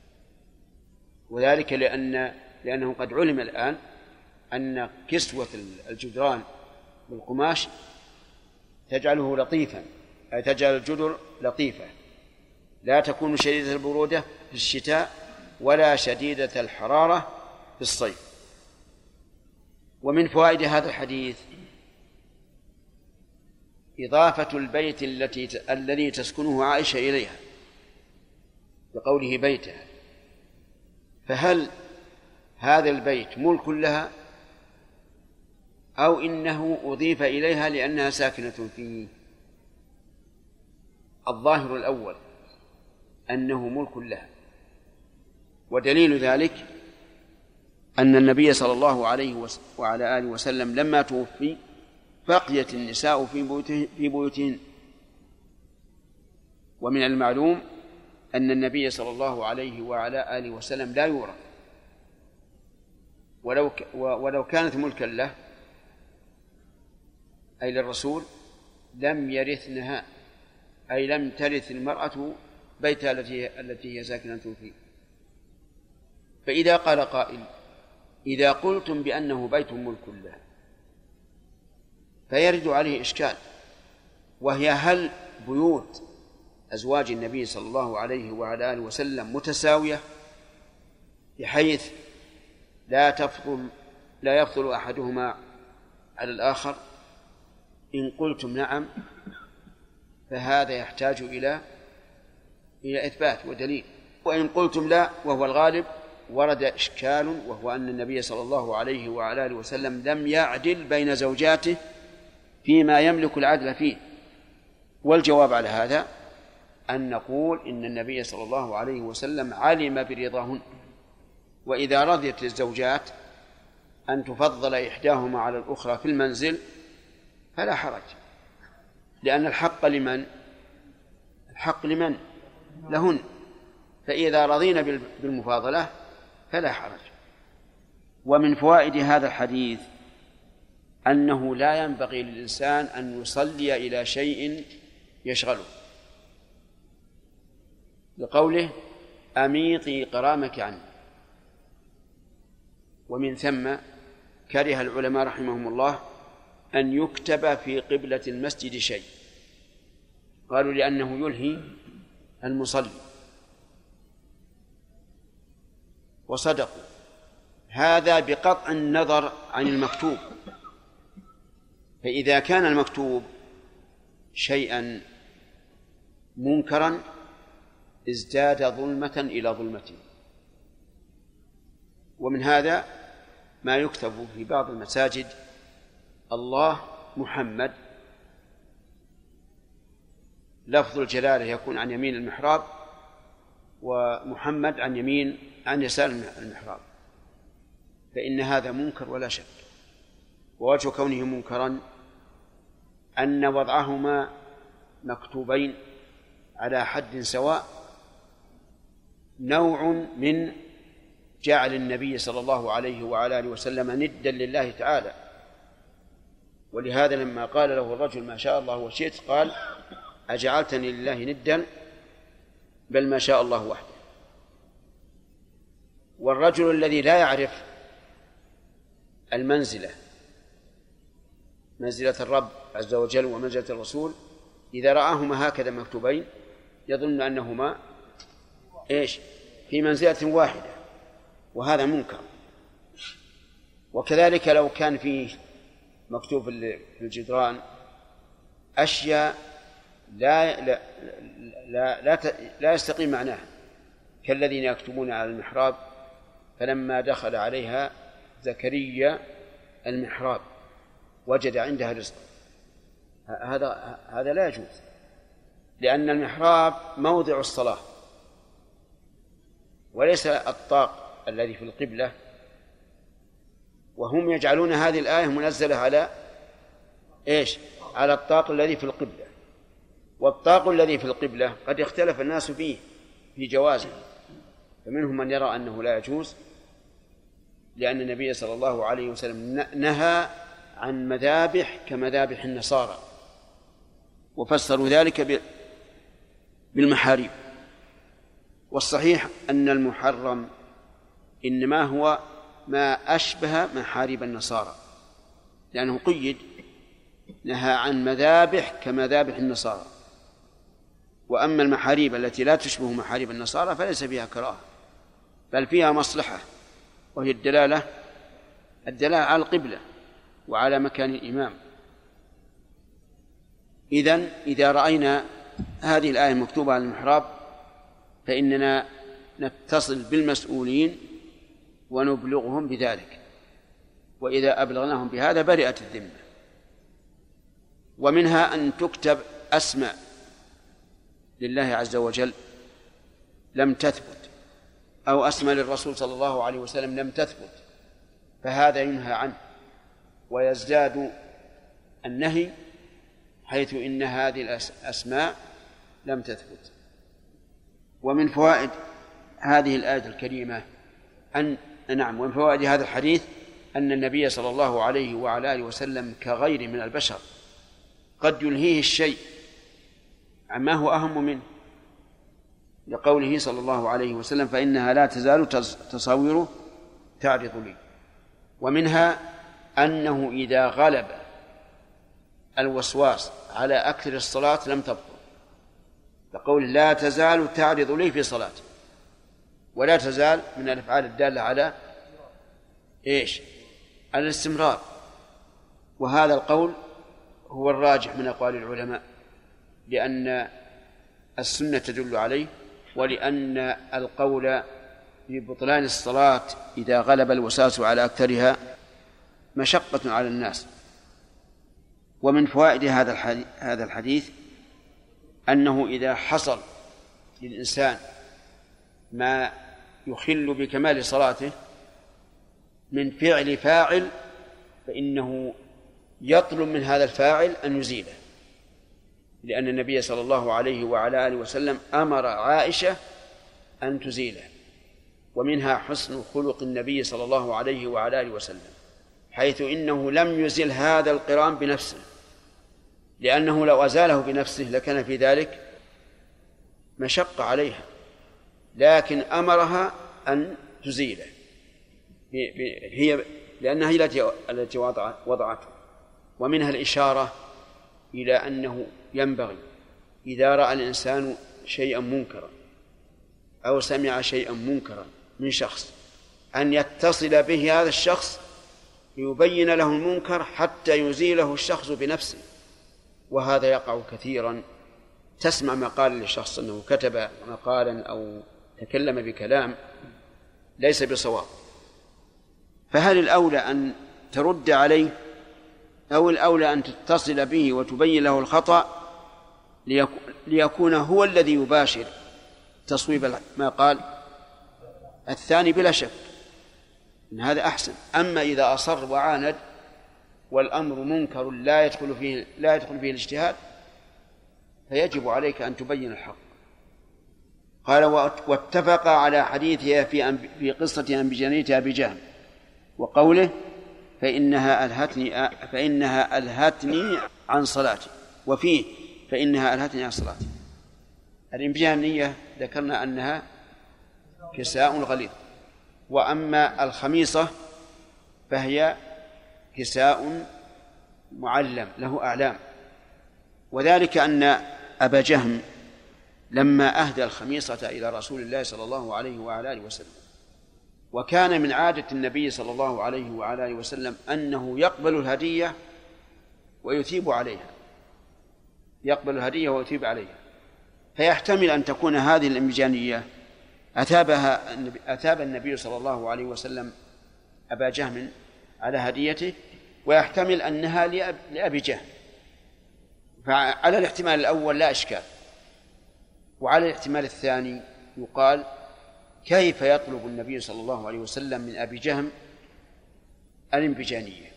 وذلك لأن لأنه قد علم الآن أن كسوة الجدران بالقماش تجعله لطيفا، أي تجعل الجدر لطيفة، لا تكون شديدة البرودة في الشتاء ولا شديدة الحرارة في الصيف. ومن فوائد هذا الحديث إضافة البيت التي الذي تسكنه عائشة إليها بقوله بيتها، فهل هذا البيت ملك لها أو إنه أضيف إليها لأنها ساكنة فيه؟ الظاهر الأول أنه ملك لها، ودليل ذلك أن النبي صلى الله عليه وعلى آله وسلم لما توفي بقيت النساء في بيوتهن، ومن المعلوم أن النبي صلى الله عليه وعلى آله وسلم لا يورث، ولو ولو كانت ملكا له أي للرسول لم يرثنها، أي لم ترث المرأة بيتها التي التي هي ساكنة فيه. فإذا قال قائل إذا قلتم بأنه بيت ملك له فيرد عليه إشكال، وهي هل بيوت أزواج النبي صلى الله عليه وعلى آله وسلم متساوية بحيث لا تفضل لا يفضل أحدهما على الآخر؟ إن قلتم نعم فهذا يحتاج إلى إلى إثبات ودليل، وإن قلتم لا وهو الغالب ورد إشكال، وهو أن النبي صلى الله عليه وعلى آله وسلم لم يعدل بين زوجاته فيما يملك العدل فيه. والجواب على هذا أن نقول إن النبي صلى الله عليه وسلم علم برضاهن، وإذا رضيت الزوجات أن تفضل إحداهما على الأخرى في المنزل فلا حرج، لأن الحق لمن؟ الحق لمن؟ لهن، فإذا رضينا بالمفاضلة فلا حرج. ومن فوائد هذا الحديث أنه لا ينبغي للإنسان أن يصلي إلى شيء يشغله، لقوله أميطي قرامك عنه. ومن ثم كره العلماء رحمهم الله أن يكتب في قبلة المسجد شيء، قالوا لأنه يلهي المصلي، وصدقوا هذا بقطع النظر عن المكتوب، فإذا كان المكتوب شيئا منكرا ازداد ظلمة إلى ظلمته. ومن هذا ما يكتب في بعض المساجد الله محمد، لفظ الجلالة يكون عن يمين المحراب ومحمد عن يمين عن يسار المحراب، فإن هذا منكر ولا شك. ووجه كونه منكرا أن وضعهما مكتوبين على حد سواء نوع من جعل النبي صلى الله عليه وعلى آله وسلم ندا لله تعالى. ولهذا لما قال له الرجل ما شاء الله وشئت قال أجعلتني لله ندا بل ما شاء الله وحده. والرجل الذي لا يعرف المنزلة منزلة الرب عز وجل ومنزلة الرسول إذا رآهما هكذا مكتوبين يظن أنهما إيش في منزلة واحدة، وهذا منكر. وكذلك لو كان فيه مكتوب في الجدران أشياء لا لا لا لا, لا يستقيم معناها، كالذين يكتبون على المحراب فلما دخل عليها زكريا المحراب وجد عندها رزقا، هذا هذا لا يجوز، لأن المحراب موضع الصلاة وليس الطاق الذي في القبلة. وهم يجعلون هذه الآية منزلة على إيش؟ على الطاق الذي في القبلة، والطاق الذي في القبلة قد اختلف الناس فيه في جوازه، فمنهم من يرى أنه لا يجوز لأن النبي صلى الله عليه وسلم نهى عن مذابح كمذابح النصارى، وفسروا ذلك بالمحاريب. والصحيح أن المحرم إنما هو ما أشبه محاريب النصارى، لأنه قيد، نهى عن مذابح كمذابح النصارى. وأما المحاريب التي لا تشبه محاريب النصارى فليس فيها كراهة، بل فيها مصلحة، وهي الدلالة الدلالة على القبلة وعلى مكان الإمام. إذن إذا رأينا هذه الآية مكتوبة على المحراب فإننا نتصل بالمسؤولين ونبلغهم بذلك، وإذا أبلغناهم بهذا برئت الذمة. ومنها أن تكتب أسماء لله عز وجل لم تثبت، أو أسماء للرسول صلى الله عليه وسلم لم تثبت، فهذا ينهى عنه، ويزداد النهي حيث إن هذه الأسماء لم تثبت. ومن فوائد هذه الآية الكريمة أن نعم ومن فوائد هذا الحديث أن النبي صلى الله عليه وعلى آله وسلم كغير من البشر قد يلهيه الشيء عما هو أهم منه، لقوله صلى الله عليه وسلم فإنها لا تزال تصاويره تعرض لي. ومنها أنه إذا غلب الوسواس على أكثر الصلاة لم تبطل، لقول لا تزال تعرض لي في صلاة، ولا تزال من الأفعال الدالة على إيش؟ على الاستمرار. وهذا القول هو الراجح من أقوال العلماء، لأن السنة تدل عليه، ولأن القول ببطلان الصلاة إذا غلب الوسواس على أكثرها مشقة على الناس. ومن فوائد هذا الحديث أنه إذا حصل للإنسان ما يخل بكمال صلاته من فعل فاعل فإنه يطلب من هذا الفاعل أن يزيله، لأن النبي صلى الله عليه وعلى آله وسلم أمر عائشة أن تزيله. ومنها حسن خلق النبي صلى الله عليه وعلى آله وسلم، حيث إنه لم يزل هذا القران بنفسه، لأنه لو أزاله بنفسه لكان في ذلك مشقة عليها، لكن أمرها أن تزيله هي لأنها هي التي وضعته. ومنها الإشارة إلى أنه ينبغي إذا رأى الإنسان شيئا منكرا أو سمع شيئا منكرا من شخص أن يتصل به هذا الشخص ليبين له المنكر حتى يزيله الشخص بنفسه. وهذا يقع كثيرا، تسمع مقال للشخص أنه كتب مقالا أو تكلم بكلام ليس بصواب، فهل الأولى أن ترد عليه أو الأولى أن تتصل به وتبين له الخطأ ليكون هو الذي يباشر تصويب ما قال؟ الثاني بلا شك إن هذا أحسن. أما إذا أصر وعاند والأمر منكر لا يدخل فيه لا يدخل فيه الاجتهاد فيجب عليك أن تبين الحق. قال واتفق على حديثها في في قصة أنبجانية أبي جهم وقوله فإنها ألهتني فإنها ألهتني عن صلاتي، وفيه فإنها ألهتني عن صلاتي. الأنبجانية ذكرنا أنها كساء غليظ، وأما الخميصة فهي كساء معلم له أعلام. وذلك أن أبا جهم لما أهدى الخميصة إلى رسول الله صلى الله عليه وعلى آله وسلم، وكان من عادة النبي صلى الله عليه وعلى آله وسلم أنه يقبل الهدية ويثيب عليها يقبل الهدية ويثيب عليها فيحتمل أن تكون هذه الأنبجانية أثابها أثاب النبي صلى الله عليه وسلم أبا جهم على هديته، ويحتمل أنها لأبي جهم. فعلى الاحتمال الأول لا إشكال، وعلى الاحتمال الثاني يقال كيف يطلب النبي صلى الله عليه وسلم من أبي جهم الانبجانية؟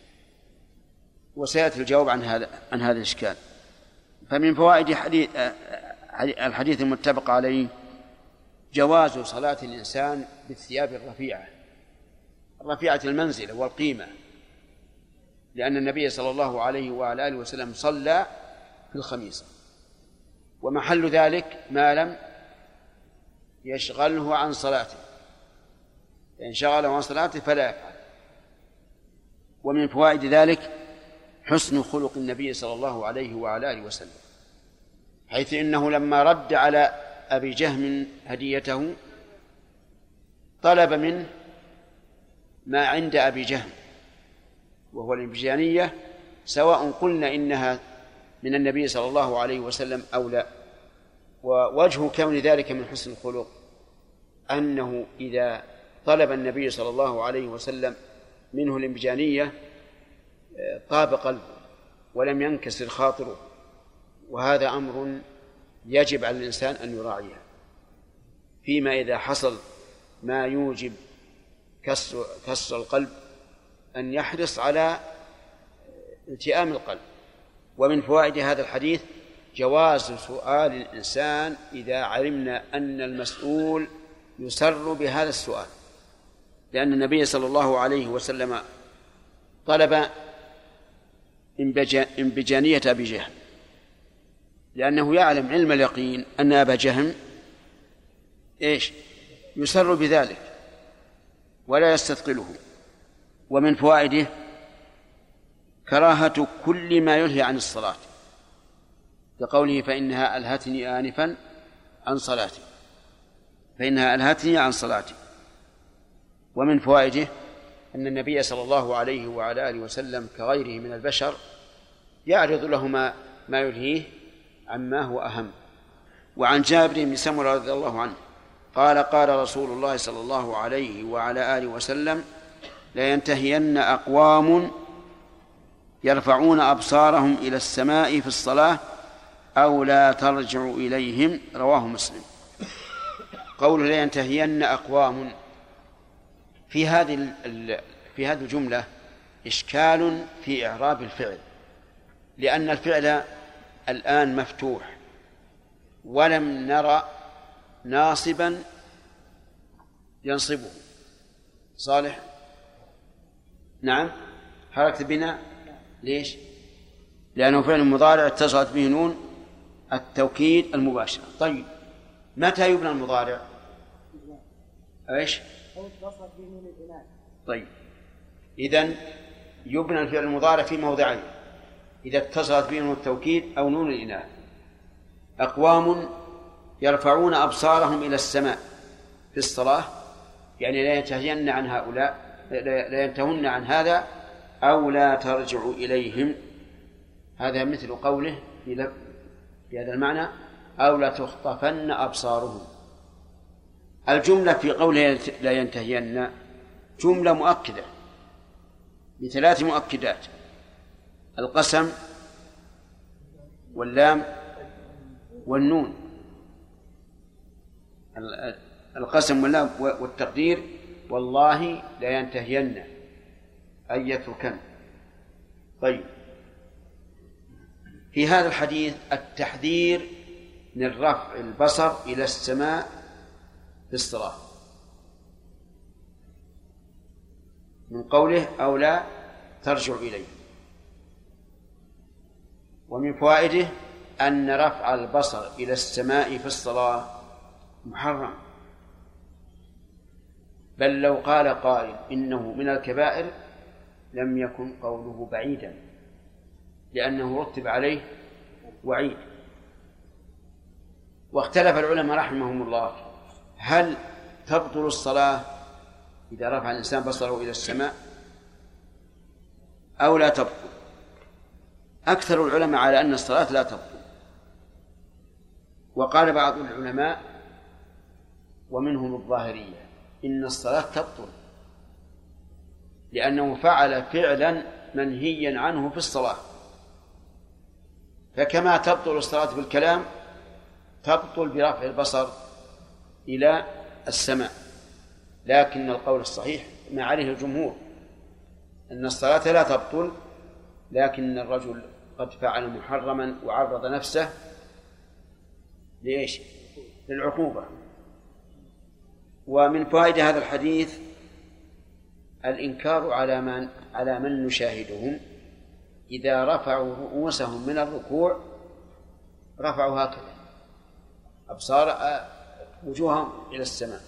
وسيأتي الجواب عن هذا عن هذا الإشكال. فمن فوائد حديث الحديث المتفق عليه جواز صلاة الإنسان بالثياب الرفيعة رفيعة المنزلة والقيمة، لأن النبي صلى الله عليه وعلى آله وسلم صلى في الخميصة ومحل ذلك ما لم يشغله عن صلاته، فإن شغله عن صلاته فلا يفعل. ومن فوائد ذلك حسن خلق النبي صلى الله عليه وعلى آله وسلم، حيث إنه لما رد على أبي جهم هديته طلب منه ما عند أبي جهم وهو الإنبجانية، سواء قلنا إنها من النبي صلى الله عليه وسلم أو لا. ووجه كون ذلك من حسن الخلق أنه إذا طلب النبي صلى الله عليه وسلم منه الإنبجانية طاب قلبه ولم ينكسر خاطره، وهذا أمر يجب على الإنسان أن يراعيه فيما إذا حصل ما يوجب كسر, كسر القلب، أن يحرص على التئام القلب. ومن فوائد هذا الحديث جواز سؤال الإنسان إذا علمنا أن المسؤول يسر بهذا السؤال، لأن النبي صلى الله عليه وسلم طلب انبجانية أبي جهم لأنه يعلم علم اليقين أن أبا جهم إيش يسر بذلك ولا يستثقله. ومن فوائده كراهة كل ما يلهي عن الصلاة، كقوله فإنها ألهتني آنفا عن صلاتي، فإنها ألهتني عن صلاتي. ومن فوائده أن النبي صلى الله عليه وعلى آله وسلم كغيره من البشر يعرض له ما, ما يلهيه عما هو أهم. وعن جابر بن سمرة رضي الله عنه قال قال رسول الله صلى الله عليه وعلى آله وسلم لا ينتهين أقوام يرفعون أبصارهم إلى السماء في الصلاة أو لا ترجع إليهم، رواه مسلم. قوله لا ينتهين أقوام في هذه في هذه الجملة إشكال في إعراب الفعل، لأن الفعل الآن مفتوح ولم نرى ناصبا ينصبه. صالح؟ نعم. حركة بناء ليش؟ لأنه فعل مضارع اتصلت به نون التوكيد المباشرة. طيب متى يبنى المضارع؟ ايش؟ طيب إذن يبنى الفعل المضارع في موضعين إذا اتصلت به نون التوكيد أو نون الإناث. أقوام يرفعون أبصارهم إلى السماء في الصلاة، يعني لا ينتهين عن هؤلاء، لا ينتهون عن هذا أو لا ترجع إليهم. هذا مثل قوله في هذا المعنى أو لا تخطفن أبصارهم. الجملة في قوله لا ينتهين جملة مؤكدة بثلاث مؤكدات: القسم واللام والنون. القسم واللام والتقدير والله لا ينتهين أن يتركن. طيب في هذا الحديث التحذير من رفع البصر إلى السماء في الصلاة من قوله أو لا ترجع إليه. ومن فوائده أن رفع البصر إلى السماء في الصلاة محرم، بل لو قال قائل إنه من الكبائر لم يكن قوله بعيدا، لأنه رتب عليه وعيد. واختلف العلماء رحمهم الله هل تبطل الصلاة إذا رفع الإنسان بصره إلى السماء أو لا تبطل. أكثر العلماء على أن الصلاة لا تبطل، وقال بعض العلماء ومنهم الظاهرية إن الصلاة تبطل لأنه فعل فعلا منهيا عنه في الصلاة، فكما تبطل الصلاة بالكلام تبطل برفع البصر إلى السماء. لكن القول الصحيح ما عليه الجمهور أن الصلاة لا تبطل، لكن الرجل قد فعل محرما وعرض نفسه لإيش؟ للعقوبة. ومن فوائد هذا الحديث الإنكار على من على من نشاهدهم إذا رفعوا رؤوسهم من الركوع رفعوا هكذا أبصار وجوههم إلى السماء،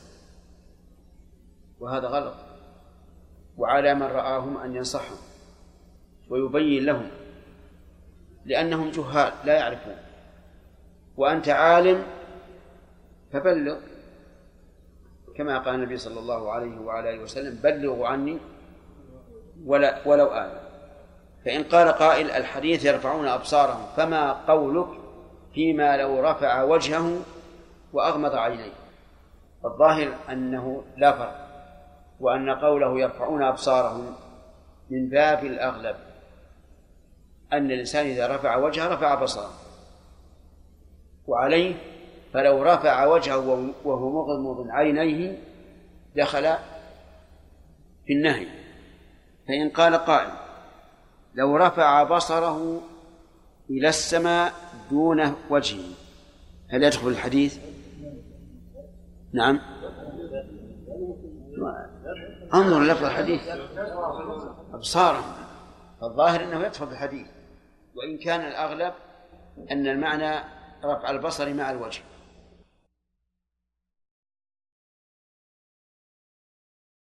وهذا غلط. وعلى من رآهم أن ينصحهم ويبين لهم، لأنهم جهال لا يعرفون، وأنت عالم فبلغ، كما قال النبي صلى الله عليه وعلى آله وسلم: بلغوا عني ولا ولو آية. فإن قال قائل: الحديث يرفعون أبصارهم، فما قولك فيما لو رفع وجهه وأغمض عينيه؟ الظاهر أنه لا فرق، وأن قوله يرفعون أبصارهم من باب الأغلب، أن الإنسان إذا رفع وجهه رفع بصره، وعليه فلو رفع وجهه وهو مغمض عينيه دخل في النهي. فإن قال قائل: لو رفع بصره إلى السماء دون وجهه، هل يدخل الحديث؟ نعم. انظر لفظ الحديث: أبصارهم، فالظاهر أنه يدخل في الحديث، وإن كان الأغلب أن المعنى رفع البصر مع الوجه.